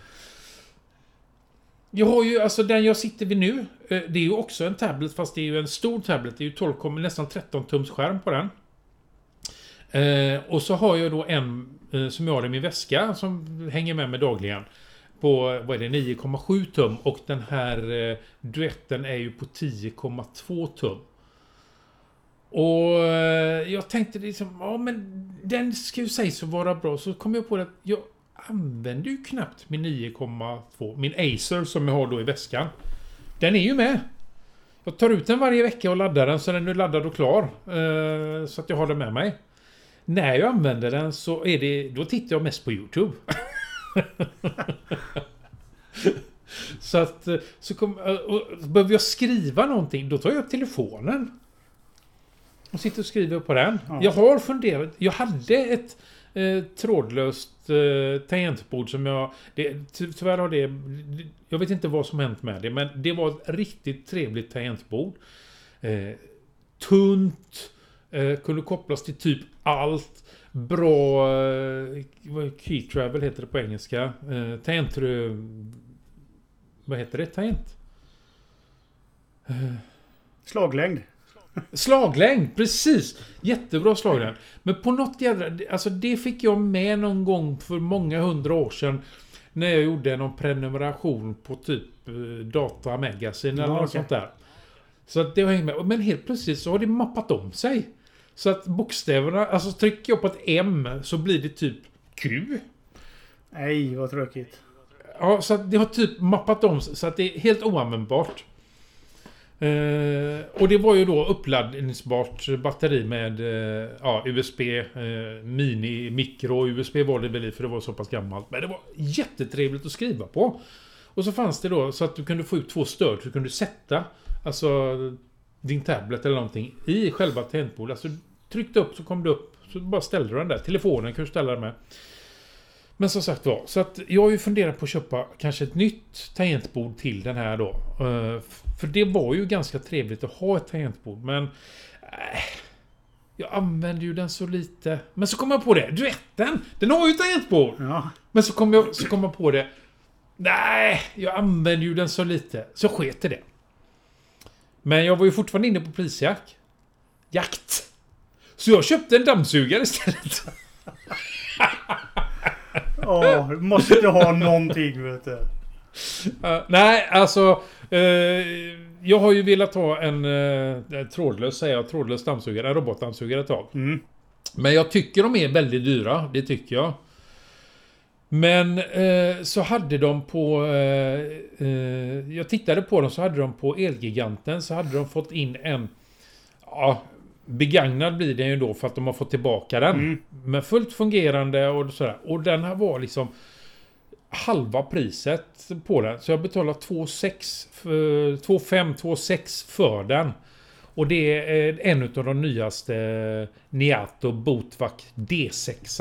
Jag har ju, alltså den jag sitter vid nu, det är ju också en tablet, fast det är ju en stor tablet. Det är ju tolv, nästan tretton tums skärm på den. Eh, och så har jag då en eh, som jag har i min väska som hänger med mig dagligen. På, vad är det, nio komma sju tum. Och den här eh, duetten är ju på tio komma två tum. Och eh, jag tänkte liksom, ja men den ska ju sägas att vara bra. Så kom jag på det att jag använder ju knappt min nio komma två. Min Acer som jag har då i väskan. Den är ju med. Jag tar ut den varje vecka och laddar den så den är laddad och klar. Eh, så att jag har den med mig. När jag använder den så är det, då tittar jag mest på YouTube. Så att så kom, och behöver jag skriva någonting, då tar jag upp telefonen och sitter och skriver på den. Ja. Jag har funderat, jag hade ett eh, trådlöst eh, tangentbord som jag, det, ty, tyvärr har det, jag vet inte vad som hänt med det, men det var ett riktigt trevligt tangentbord. Eh, tunt, eh, kunde kopplas till typ allt. Bra eh, key travel heter det på engelska. Eh, tangent, vad heter det? Tangent? Eh. Slaglängd. Slaglängd, precis. Jättebra slaglängd. Men på något jävla, alltså det fick jag med någon gång för många hundra år sedan när jag gjorde någon prenumeration på typ Data Magazine eller ja, något okay. sånt där. Så att det har hängt med. Men helt plötsligt så har det mappat om sig. Så att bokstäverna, alltså trycker jag på ett M så blir det typ Q. Nej, vad tråkigt. Ja, så att det har typ mappat om sig så att det är helt oanvändbart. Eh, och det var ju då uppladdningsbart batteri med eh, ja, U S B, eh, mini, mikro, U S B var det väl i för det var så pass gammalt. Men det var jättetrevligt att skriva på. Och så fanns det då så att du kunde få ut två stöd så du kunde sätta alltså din tablet eller någonting i själva tangentbordet. Alltså tryckte upp så kom det upp så bara ställde du den där. Telefonen kan du ställa den med. Men som sagt var, så att jag har ju funderat på att köpa kanske ett nytt tangentbord till den här då. Uh, för det var ju ganska trevligt att ha ett tangentbord. Men äh, jag använder ju den så lite. Men så kom jag på det. Duetten, den har ju tangentbord. Ja. Men så kom jag, så kom jag på det. Nej, jag använder ju den så lite. Så sket det. Men jag var ju fortfarande inne på prisjakt. Jakt. Så jag köpte en dammsugare istället. Åh, oh, måste inte ha någonting, vet du. Uh, nej, alltså uh, jag har ju velat ha en uh, trådlös, säger jag, trådlös dammsugare, en robotdammsugare ett tag. Mm. Men jag tycker de är väldigt dyra, det tycker jag. Men uh, så hade de på uh, uh, jag tittade på dem så hade de på Elgiganten så hade de fått in en ja, begagnad blir den ju då för att de har fått tillbaka den. Mm. Men fullt fungerande och sådär. Och den här var liksom halva priset på den. Så jag betalar två fem två sex för den. Och det är en av de nyaste Niato Botvak D sex.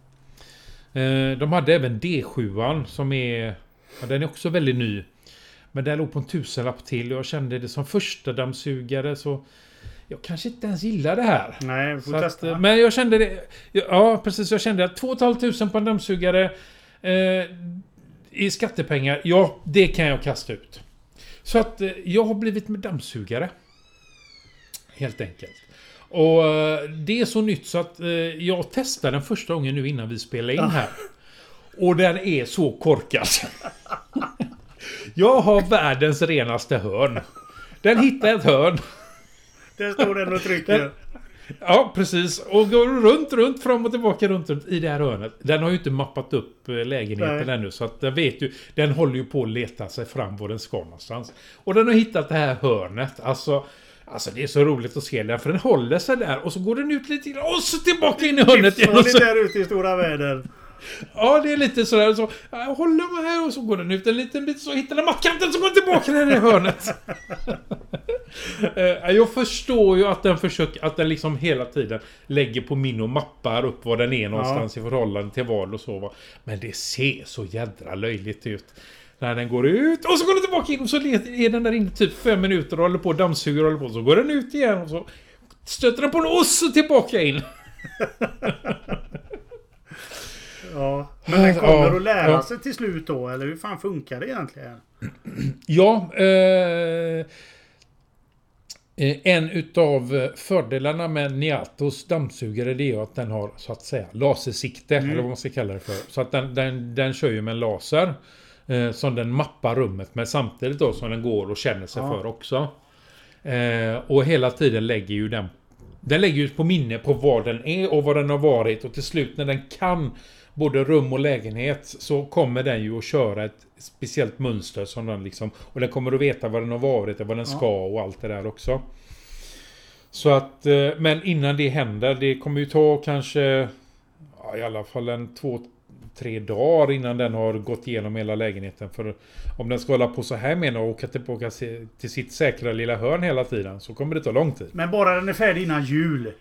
De hade även D sju som är, ja, den är också väldigt ny. Men den låg på en tusenlapp till och jag kände det som första dammsugare så jag kanske inte ens gillar det här. Nej, vi får testa. Att, men jag kände det, ja precis, jag kände att två och ett halvt tusen på en dammsugare eh, i skattepengar, ja det kan jag kasta ut. Så att eh, jag har blivit med dammsugare. Helt enkelt. Och eh, det är så nytt så att eh, jag testade den första gången nu innan vi spelade in här. Och den är så korkad. Jag har världens renaste hörn. Den hittar ett hörn. Där står den och trycker. Den, ja, precis. Och går runt, runt, fram och tillbaka runt, runt i det här hörnet. Den har ju inte mappat upp lägenheten Nej. ännu. Så att den vet ju, den håller ju på att leta sig fram var den ska någonstans. Och den har hittat det här hörnet. Alltså, alltså det är så roligt att se den. För den håller sig där och så går den ut lite och så tillbaka in i hörnet igen. Och så där ute i stora världen. Ja, det är lite sådär. Så, jag håller mig här och så går den ut en liten bit. Så hittar den mattkanten så går den tillbaka ner i hörnet. Jag förstår ju att den försöker, att den liksom hela tiden lägger på min och mappar upp var den är någonstans ja. I förhållande till vad och så. Men det ser så jädra löjligt ut. När den går ut och så går den tillbaka in och så är den där inne typ fem minuter och håller på och dammsuger och håller på. Så går den ut igen och så stöter den på en och så tillbaka in. Ja, men den kommer ja, att lära ja. sig till slut då, eller hur fan funkar det egentligen? Ja, eh, en utav fördelarna med Niatos dammsugare det är att den har så att säga lasersikte, mm. eller vad man ska kalla det för. Så att den, den, den kör ju med en laser eh, som den mappar rummet med samtidigt då som den går och känner sig ja. För också. Eh, och hela tiden lägger ju den Den lägger ju på minne på vad den är och vad den har varit. Och till slut när den kan både rum och lägenhet så kommer den ju att köra ett speciellt mönster som den liksom. Och den kommer att veta vad den har varit och vad den ska och allt det där också. Så att, men innan det händer, det kommer ju ta kanske ja, i alla fall en två, tre dagar innan den har gått igenom hela lägenheten. För om den ska hålla på så här med och åka tillbaka till sitt säkra lilla hörn hela tiden så kommer det ta lång tid. Men bara den är färdig innan jul.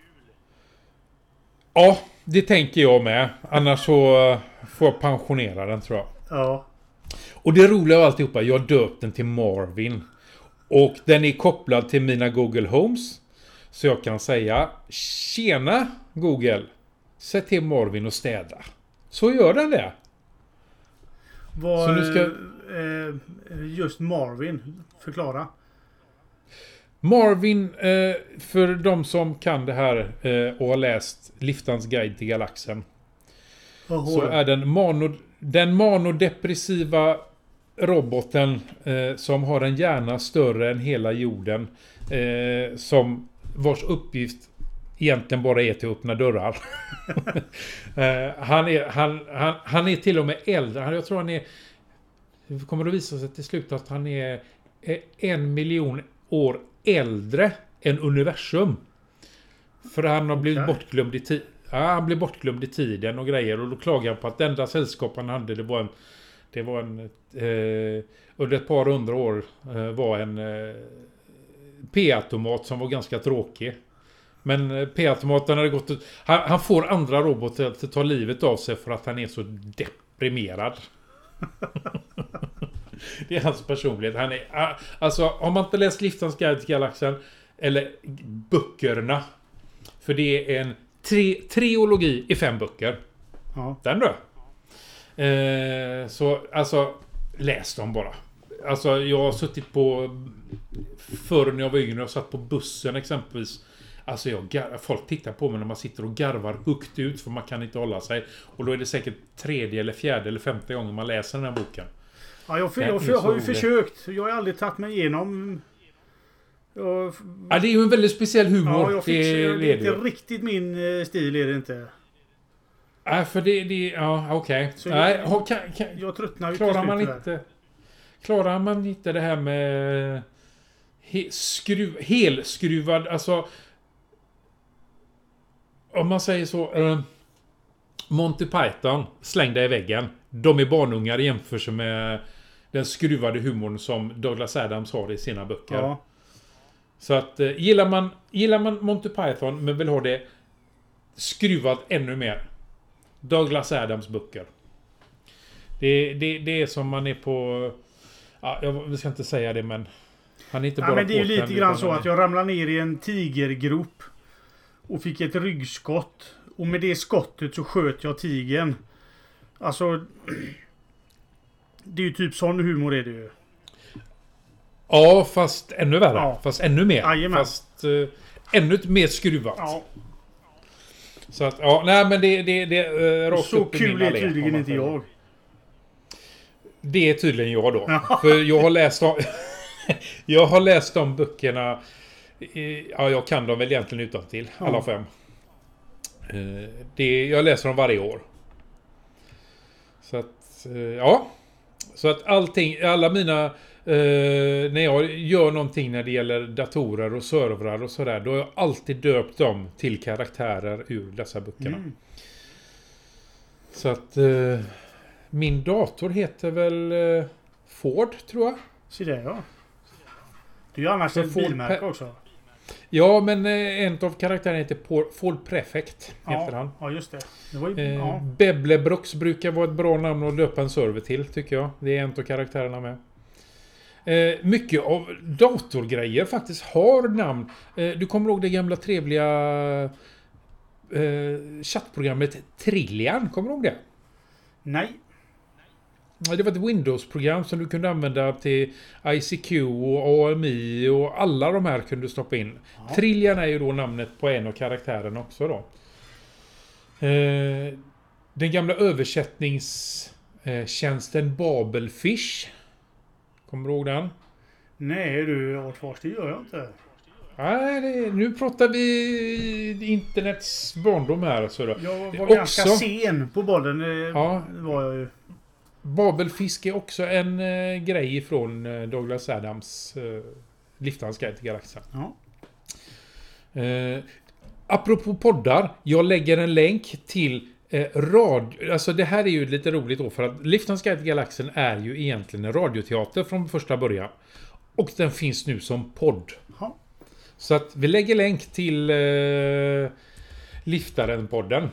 Ja, det tänker jag med. Annars så får jag pensionera den tror jag. Ja. Och det roliga av alltihopa, jag döpt den till Marvin. Och den är kopplad till mina Google Homes. Så jag kan säga, tjena Google, sätt till Marvin och städa. Så gör den det. Vad, så nu ska eh, just Marvin, förklara. Marvin, eh, för de som kan det här eh, och har läst Liftans guide till galaxen. Aha. Så är den, mano, den manodepressiva roboten eh, som har en hjärna större än hela jorden. Eh, som vars uppgift egentligen bara är till att öppna dörrar. uh, han, är, han, han, han är till och med äldre. Jag tror han är... Det kommer att visa sig till slut att han är en miljon år äldre än universum. För han har blivit okay. bortglömd i tid. Ja, han blev bortglömd i tiden och grejer. Och då klagar han på att det enda sällskap han hade det var en... Det var en... Eh, under ett par hundra år eh, var en eh, P-automat som var ganska tråkig. Men P-automaten hade gått ut. Han, han får andra robotar att ta livet av sig för att han är så deprimerad. Det är hans personlighet. Han är, alltså, har man inte läst Liftans guide till galaxen eller böckerna. För det är en tre, triologi i fem böcker. Ja. Den då. Eh, så alltså, läs dem bara. Alltså, jag har suttit på förr när jag var yngre och satt på bussen exempelvis. Alltså jag gar- folk tittar på mig när man sitter och garvar högt ut för man kan inte hålla sig. Och då är det säkert tredje eller fjärde eller femte gången man läser den här boken. Ja, jag, för, jag för, har ju försökt. Jag har aldrig tagit mig igenom. Jag, ja, det är ju en väldigt speciell humor. Ja, jag fick, det, det, det är inte riktigt min stil är det inte. Nej, för det, det ja, okej. Okay. Nej, jag, kan, kan, jag tröttnar ju klarar man inte. Klarar man inte det här med he, skruv, helskruvad, alltså om man säger så, äh, Monty Python slängda i väggen. De är barnungar i jämförelse med den skruvade humorn som Douglas Adams har i sina böcker. Ja. Så att äh, gillar man gillar man Monty Python men vill ha det skruvat ännu mer. Douglas Adams böcker. Det, det, det är som man är på... Ja, jag ska inte säga det, men... Han är inte ja, bara men det är ju lite grann så att jag ramlade ner i en tigergrop. Och fick ett ryggskott. Och med det skottet så sköt jag tigern. Alltså... Det är ju typ sån humor är det ju. Ja, fast ännu värre. Ja. Fast ännu mer. Jajamän. Fast uh, ännu mer skruvat. Ja. Så att, ja, nej men det... det, det uh, så kul är tydligen inte jag. Det är tydligen jag då. För jag har läst om, jag har läst de böckerna. Ja, jag kan dem väl egentligen utantill. Ja. Alla fem. Det, jag läser dem varje år. Så att, ja. Så att allting, alla mina... när jag gör någonting när det gäller datorer och servrar och sådär. Då har jag alltid döpt dem till karaktärer ur dessa böckerna. Mm. Så att eh, min dator heter väl eh, Ford, tror jag. Se där, ja. Det är ju annars ett bilmärke också. Ja, men eh, en av karaktärerna heter Ford Prefect. Ja, heter han. ja, just det. det var ju, Eh, ja. Beblebrooks brukar vara ett bra namn att döpa en server till, tycker jag. Det är en av karaktärerna med. Eh, mycket av datorgrejer faktiskt har namn. Eh, du kommer ihåg det gamla trevliga eh, chattprogrammet Trillian? Kommer du ihåg det? Nej. Det var ett Windows-program som du kunde använda till I C Q och A M I och alla de här kunde du stoppa in. Ja. Trillian är ju då namnet på en av karaktärerna också då. Eh, den gamla översättningstjänsten Babelfish. Kommer du ihåg den? Nej du, Artfors, det gör jag inte. Nej, det, nu pratar vi internets barndom här. Så då. Jag var också, ganska sen på bollen. Ja. Var jag ju. Babelfisk är också en eh, grej från eh, Douglas Adams eh, Liftarens guide till galaxen. Ja. Eh, apropå poddar, jag lägger en länk till eh, radio. Alltså det här är ju lite roligt då, för att Liftarens guide till galaxen är ju egentligen en radioteater från första början. Och den finns nu som podd. Ja. Så att vi lägger länk till eh, Liftaren-podden.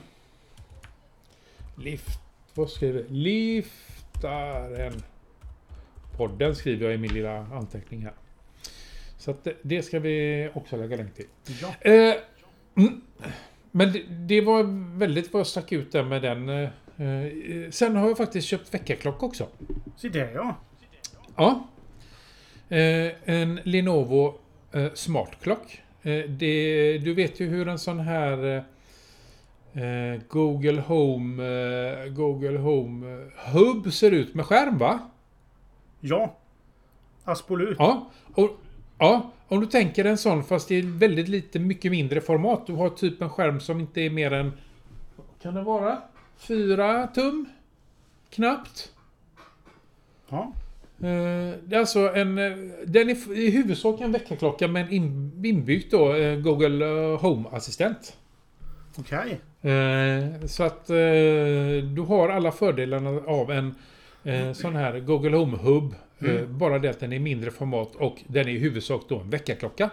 Lift... Vad skriver jag? Liftaren. Podden skriver jag i min lilla anteckning här. Så att det, det ska vi också lägga länk till. Ja. Eh, mm, men det, det var väldigt vad jag stack ut där med den. Eh, sen har jag faktiskt köpt väckarklocka också. Så det ja. Ja. Eh, en Lenovo eh, Smart Clock. Eh, det, du vet ju hur en sån här... Eh, Eh, Google Home eh, Google Home eh, Hub ser ut med skärm, va? Ja. Absolut. Ja. Och, ja, om du tänker en sån, fast det är väldigt lite, mycket mindre format. Du har typ en skärm som inte är mer än, kan det vara? Fyra tum? Knappt. Ja. Eh, det är alltså en, den är i huvudsak en väckarklocka med en inbyggt då, eh, Google Home-assistent. Okej. Okay. Eh, så att eh, du har alla fördelarna av en eh, sån här Google Home Hub. Mm. Eh, bara det att den är mindre format och den är i huvudsak då en väckarklocka.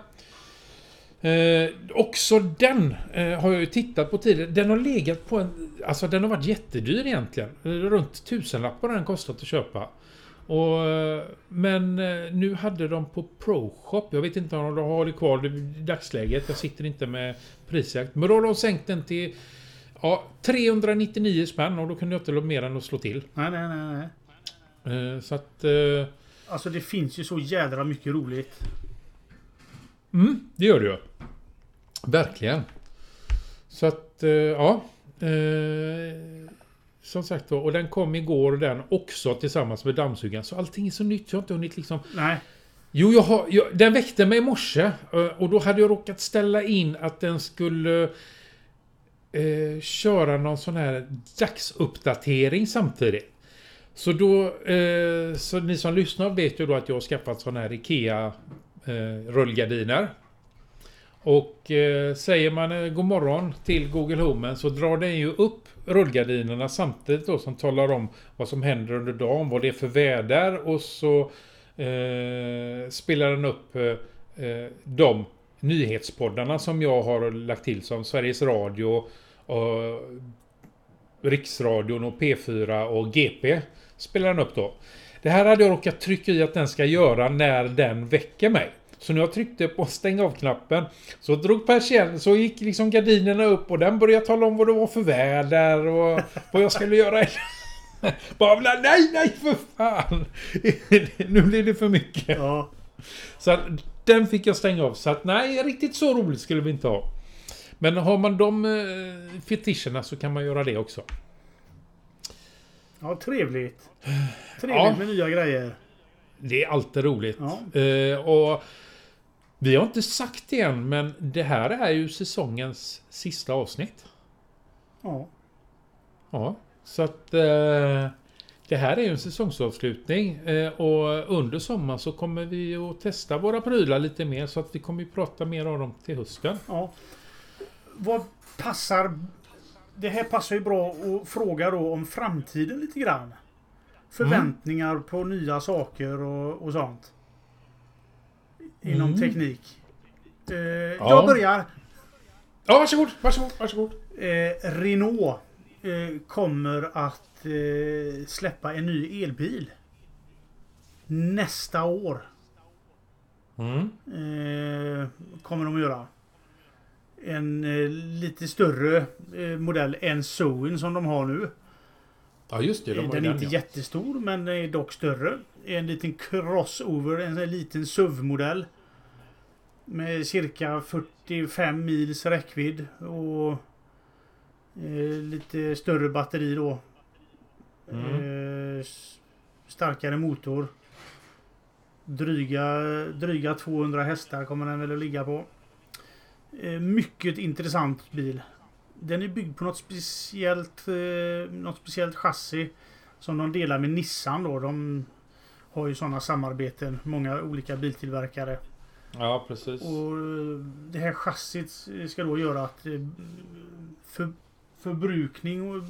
Eh, också den eh, har jag ju tittat på tidigare. Den har legat på en... Alltså den har varit jättedyr egentligen. Runt tusenlappar har den kostat att köpa. Och, men nu hade de på ProShop, jag vet inte om de har det kvar i dagsläget, jag sitter inte med prisjakt, men då har de sänkt den till ja, trehundranittionio spänn och då kunde jag inte mer än att slå till. Nej, nej, nej, nej. Så att... Alltså det finns ju så jädra mycket roligt. Mm, det gör det ju. Verkligen. Så att, ja... Som sagt då, och den kom igår den också tillsammans med dammsugaren. Så allting är så nytt, jag har inte hunnit liksom... Nej. Jo, jag har, jag, den väckte mig i morse. Och då hade jag råkat ställa in att den skulle eh, köra någon sån här dagsuppdatering samtidigt. Så då, eh, så ni som lyssnar vet ju då att jag har skaffat sån här Ikea eh, rullgardiner. Och eh, säger man eh, god morgon till Google Home så drar den ju upp rullgardinerna samtidigt då, som talar om vad som händer under dagen, vad det är för väder, och så eh, spelar den upp eh, de nyhetspoddarna som jag har lagt till, som Sveriges Radio och Riksradion och P fyra och G P spelar den upp då. Det här hade jag råkat trycka i att den ska göra när den väcker mig. Så när jag tryckte på stäng av-knappen så drog persien, så gick liksom gardinerna upp och den började tala om vad det var för väder och vad jag skulle göra. Bara nej, nej för fan. Nu blir det för mycket. Ja. Så att, den fick jag stänga av. Så att nej, riktigt så roligt skulle vi inte ha. Men har man de eh, fetischerna så kan man göra det också. Ja, trevligt. Trevligt ja. Med nya grejer. Det är alltid roligt. Ja. Eh, och vi har inte sagt det än, men det här är ju säsongens sista avsnitt. Ja. Ja, så att eh, det här är ju en säsongsavslutning. Eh, och under sommaren så kommer vi att testa våra prylar lite mer, så att vi kommer att prata mer om dem till hösten. Ja. Vad passar det här passar ju bra att fråga då om framtiden lite grann. Förväntningar mm. på nya saker och, och sånt. Inom mm. teknik. Eh, ja. Jag börjar. Ja, varsågod, varsågod, varsågod. Eh, Renault eh, kommer att eh, släppa en ny elbil. Nästa år. Mm. Eh, kommer de att göra. En eh, lite större eh, modell än Zoen som de har nu. Ja, just det. De den är den, inte ja. jättestor, men den är dock större. En liten crossover, en, en liten S U V-modell. Med cirka fyrtiofem mils räckvidd. Och eh, lite större batteri då. Mm. Eh, starkare motor. Dryga, dryga tvåhundra hästar kommer den väl att ligga på. Eh, mycket intressant bil. Den är byggd på något speciellt eh, något speciellt chassi som de delar med Nissan då. De har ju sådana samarbeten, många olika biltillverkare. Ja, precis. Och det här chassit ska då göra att för, förbrukning och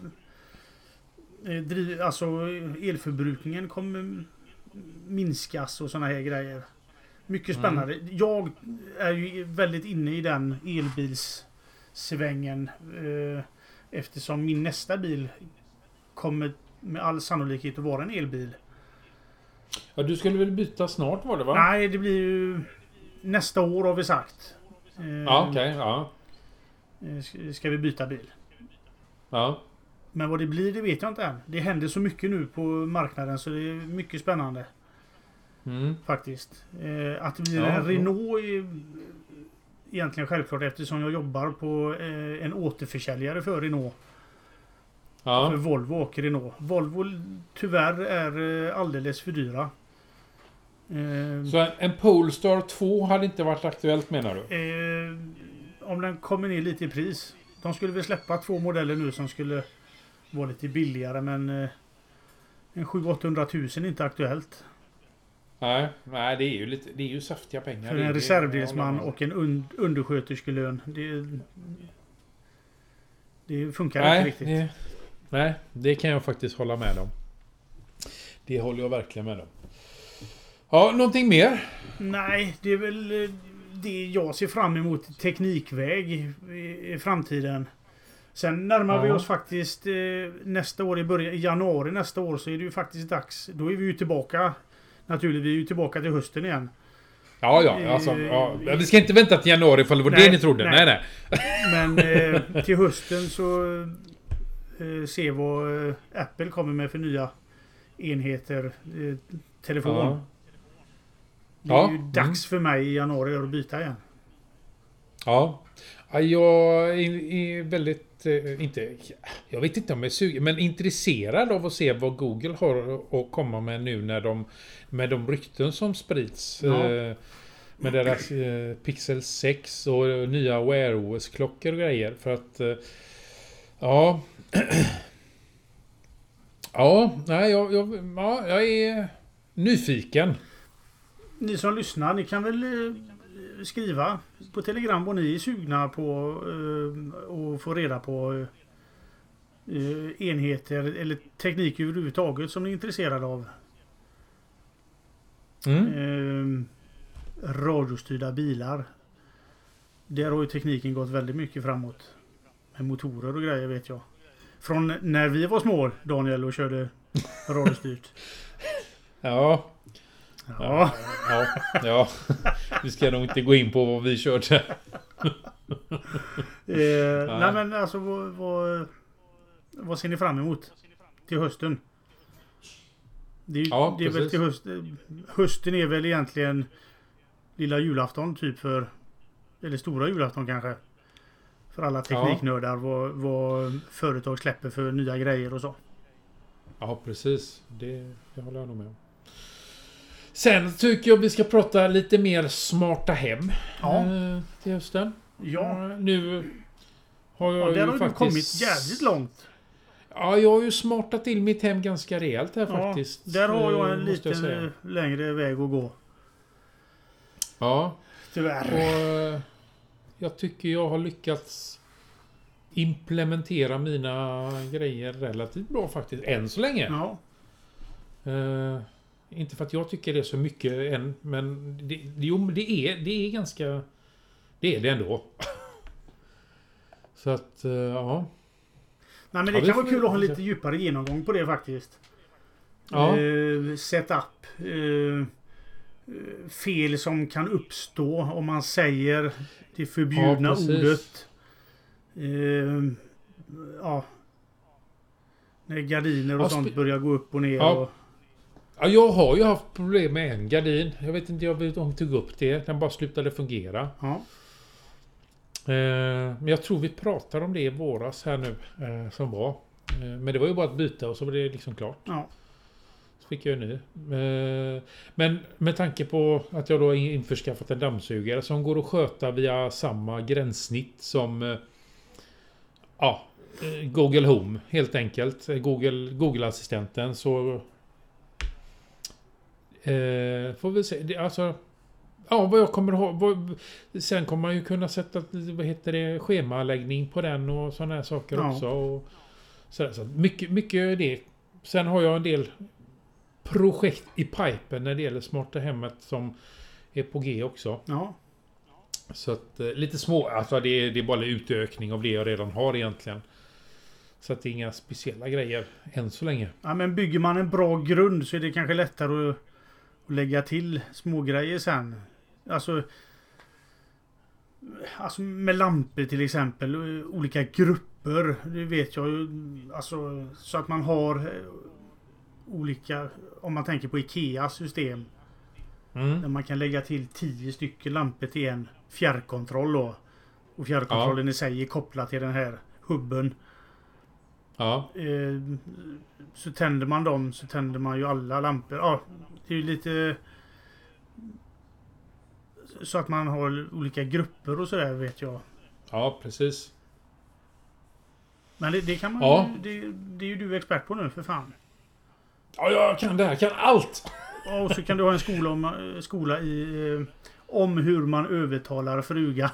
driv, alltså elförbrukningen kommer minskas och sådana här grejer. Mycket spännande. Mm. Jag är ju väldigt inne i den elbilssvängen eh, eftersom min nästa bil kommer med all sannolikhet att vara en elbil. Ja, du skulle väl byta snart var det va? Nej, det blir ju nästa år har vi sagt. Eh, ja, okej. Okay, ja. Ska vi byta bil. Ja. Men vad det blir, det vet jag inte än. Det händer så mycket nu på marknaden så det är mycket spännande. Mm. Faktiskt. Eh, att det blir ja, en Renault är egentligen självklart eftersom jag jobbar på eh, en återförsäljare för Renault. Ja. För Volvo och Renault. Volvo tyvärr är eh, alldeles för dyra. Eh, så en, en Polestar två hade inte varit aktuellt menar du? Eh, om den kommer ner lite i pris. De skulle väl släppa två modeller nu som skulle vara lite billigare men eh, en sju åttahundra tusen är inte aktuellt. Nej, nej det är ju lite det är ju saftiga pengar. För en reservdelsman och en und, undersköterskelön. Det, det funkar nej, inte riktigt. Det, nej, det kan jag faktiskt hålla med om. Det håller jag verkligen med om. Ja, någonting mer? Nej, det är väl det jag ser fram emot teknikväg i, i framtiden. Sen närmar ja. vi oss faktiskt eh, nästa år i början i januari nästa år så är det ju faktiskt dags. Då är vi ju tillbaka. Naturligtvis vi är ju tillbaka till hösten igen. Ja, ja. Alltså, ja. Vi ska inte vänta till januari för det var nej, det ni trodde. Nej, nej. nej. Men eh, till hösten så eh, se vad eh, Apple kommer med för nya enheter. Eh, telefon. Ja. Det är ja. ju dags för mig i januari att byta igen. Ja. Ja, jag är, är väldigt, eh, inte, jag vet inte om jag är sugen, men intresserad av att se vad Google har att komma med nu när de, med de rykten som sprids. Ja. Eh, med deras eh, Pixel sex och nya Wear O S-klockor och grejer. För att, eh, ja. ja, nej, jag, jag, ja, jag är nyfiken. Ni som lyssnar, ni kan väl eh, skriva på Telegram vad ni är sugna på eh, och få reda på eh, enheter eller teknik överhuvudtaget som ni är intresserade av. Mm. Eh, radiostyrda bilar. Där har ju tekniken gått väldigt mycket framåt. Med motorer och grejer vet jag. Från när vi var små, Daniel, och körde radiostyrt. Ja. Ja. Ja, ja. Vi ska nog inte gå in på vad vi körde. eh, nej men alltså vad, vad, vad ser ni fram emot till hösten? Det, är, ja, det är väl till höst, hösten är väl egentligen lilla julafton typ för eller stora julafton kanske. För alla tekniknördar ja. vad, vad företag släpper för nya grejer och så. Ja, precis. Det, det håller jag nog med om. Sen tycker jag vi ska prata lite mer smarta hem ja. eh, till hösten. Ja. Nu har jag ja, där ju har faktiskt... du kommit jävligt långt. Ja, jag har ju smartat till mitt hem ganska rejält här ja, faktiskt. Där har jag en lite längre väg att gå. Ja. Tyvärr. Och jag tycker jag har lyckats implementera mina grejer relativt bra faktiskt. Än så länge. Ja. Uh, inte för att jag tycker det är så mycket än. Men det, det, jo, det, är, det är ganska... Det är det ändå. Så att, uh, ja. Nej, men det ja, kan får, vara kul att ha en lite djupare genomgång på det faktiskt. Ja. Uh, setup. Uh, fel som kan uppstå om man säger det förbjudna ja, ordet. Uh, ja. När gardiner och ja, sånt börjar gå upp och ner. Ja. Och... Ja, jag har ju haft problem med en gardin. Jag vet inte jag vet om jag tog upp det. Den bara slutade fungera. Ja. Eh, men jag tror vi pratade om det i våras här nu. Eh, som var. Eh, men det var ju bara att byta och så var det liksom klart. Ja. Så fick jag ju ny. Eh, men med tanke på att jag då har införskaffat en dammsugare som går att sköta via samma gränssnitt som eh, ja, Google Home helt enkelt. Google, Google-assistenten så eh, får vi se. Det, alltså ja, vad jag kommer ha vad, sen kommer man ju kunna sätta vad heter det, schemaläggning på den och sådana här saker ja. också. Och så, så mycket, mycket det. Sen har jag en del projekt i pipen när det gäller smarta hemmet som är på G också. Ja. Så att eh, lite små, alltså det är, det är bara en utökning av det jag redan har egentligen. Så att det är inga speciella grejer än så länge. Ja, men bygger man en bra grund så är det kanske lättare att, att lägga till små grejer sen. Alltså, alltså med lampor till exempel, olika grupper, det vet jag ju. Alltså, så att man har olika, om man tänker på Ikeas system. Mm. Där man kan lägga till tio stycken lampor till en fjärrkontroll då. Och fjärrkontrollen Ja. i sig är kopplad till den här hubben. Ja. Eh, så tänder man dem så tänder man ju alla lampor. Ja, det är ju lite så att man har olika grupper och sådär vet jag. Ja, precis. Men det, det kan man Ja. ju, det, det är ju du expert på nu för fan. Ja, jag kan det här. Jag kan allt! Och så kan du ha en skola, om, skola i eh, om hur man övertalar frugan.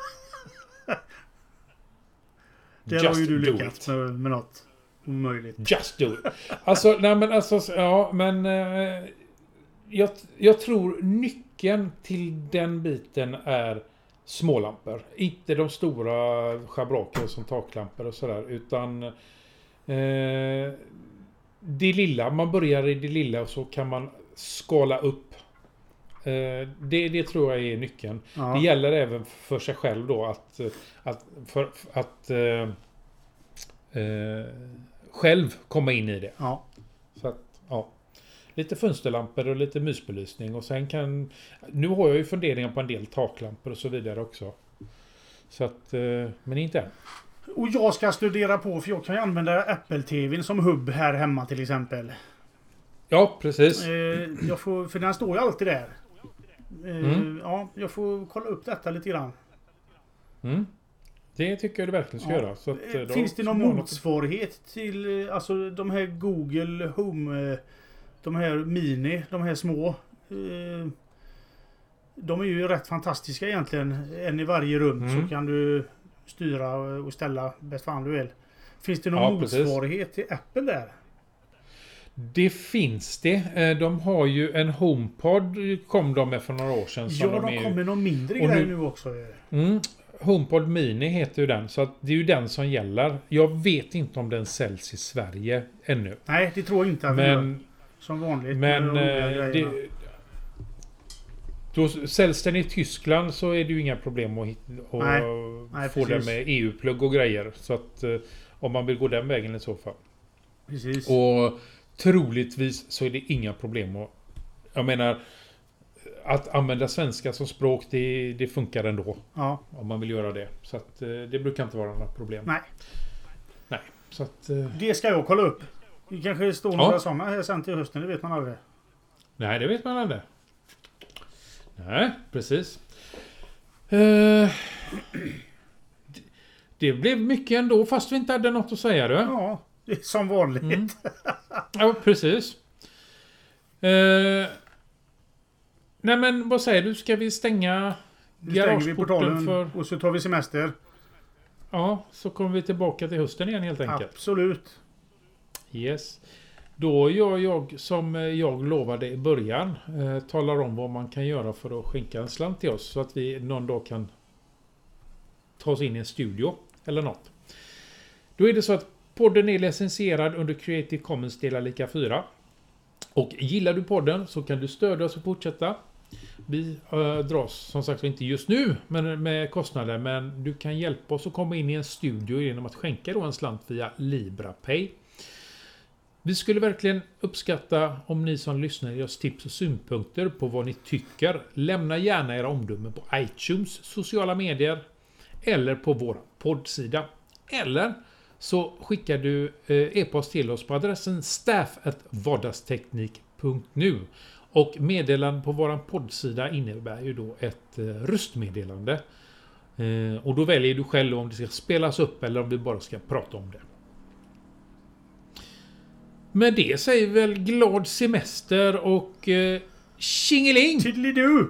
Där Just har ju du do lyckats it. med, med något omöjligt. Just do it. Alltså, nej men alltså, ja men eh, jag, jag tror nyckeln till den biten är smålampor. Inte de stora schabraker som taklampor och sådär, utan eh, det lilla. Man börjar i det lilla och så kan man skala upp. Eh, det, det tror jag är nyckeln. Ja. Det gäller även för sig själv då att, att, för, att eh, eh, själv komma in i det. Ja. Så att, ja. Lite fönsterlampor och lite mysbelysning och sen kan... Nu har jag ju funderingar på en del taklampor och så vidare också. Så att... Eh, men inte än. Och jag ska studera på för jag kan ju använda Apple-T V:n som hubb här hemma till exempel. Ja, precis. Eh, jag får, för den står ju alltid där. Eh, Mm. Ja, jag får kolla upp detta lite grann. Mm. Det tycker jag du verkligen ska Ja. göra. Så att, eh, då- Finns det någon så har något- motsvarighet till eh, alltså de här Google Home, eh, de här Mini, de här små? eh, De är ju rätt fantastiska egentligen. En i varje rum Mm. så kan du styra och ställa bäst fan du vill. Finns det någon Ja, precis. motsvarighet till Apple där? Det finns det. Eh, De har ju en HomePod kom de med för några år sedan. som Ja, de är ju- kommer någon mindre och grej nu- nu också. Mm. HomePod Mini heter ju den. Så att det är ju den som gäller. Jag vet inte om den säljs i Sverige ännu. Nej, det tror jag inte att vi gör. Men, Som vanligt. men med de eh, roliga grejerna. det, då säljs den i Tyskland så är det ju inga problem att, hit, att Nej. Nej, få den precis. med E U-plugg och grejer. Så att eh, om man vill gå den vägen i så fall. Precis. Och troligtvis så är det inga problem att... Jag menar... Att använda svenska som språk, det, det funkar ändå. Ja. Om man vill göra det. Så att eh, det brukar inte vara några problem. Nej. Nej. Så att... eh, Det ska jag kolla upp. Det kanske står Ja. några sådana här sen till hösten. Det vet man aldrig. Nej, det vet man aldrig. Nej, precis. Eh, det- det blev mycket ändå, fast vi inte hade något att säga, du. Ja, det är som vanligt. Mm. Ja, precis. Eh, nej, men vad säger du? Ska vi stänga Nu stänger vi garageporten portalen för... och så tar vi semester. ja, så kommer vi tillbaka till hösten igen helt enkelt. Absolut. Yes. Då gör jag som jag lovade i början. Eh, talar om vad man kan göra för att skänka en slant till oss. Så att vi någon dag kan ta oss in i en studio eller något. Då är det så att podden är licensierad under Creative Commons delar lika fyra. Och gillar du podden så kan du stödja oss och fortsätta. Vi äh, dras som sagt inte just nu men med kostnader, men du kan hjälpa oss att komma in i en studio genom att skänka då en slant via LibraPay. Vi skulle verkligen uppskatta om ni som lyssnar ger oss tips och synpunkter på vad ni tycker. Lämna gärna era omdömen på iTunes, sociala medier eller på vår poddsida. Eller så skickar du e-post till oss på adressen staff at vardagsteknik punkt nu. Och meddelanden på vår poddsida innebär ju då ett röstmeddelande. Och då väljer du själv om det ska spelas upp eller om vi bara ska prata om det. Med det säger vi väl glad semester och eh, tjingeling! Tiddly-doo!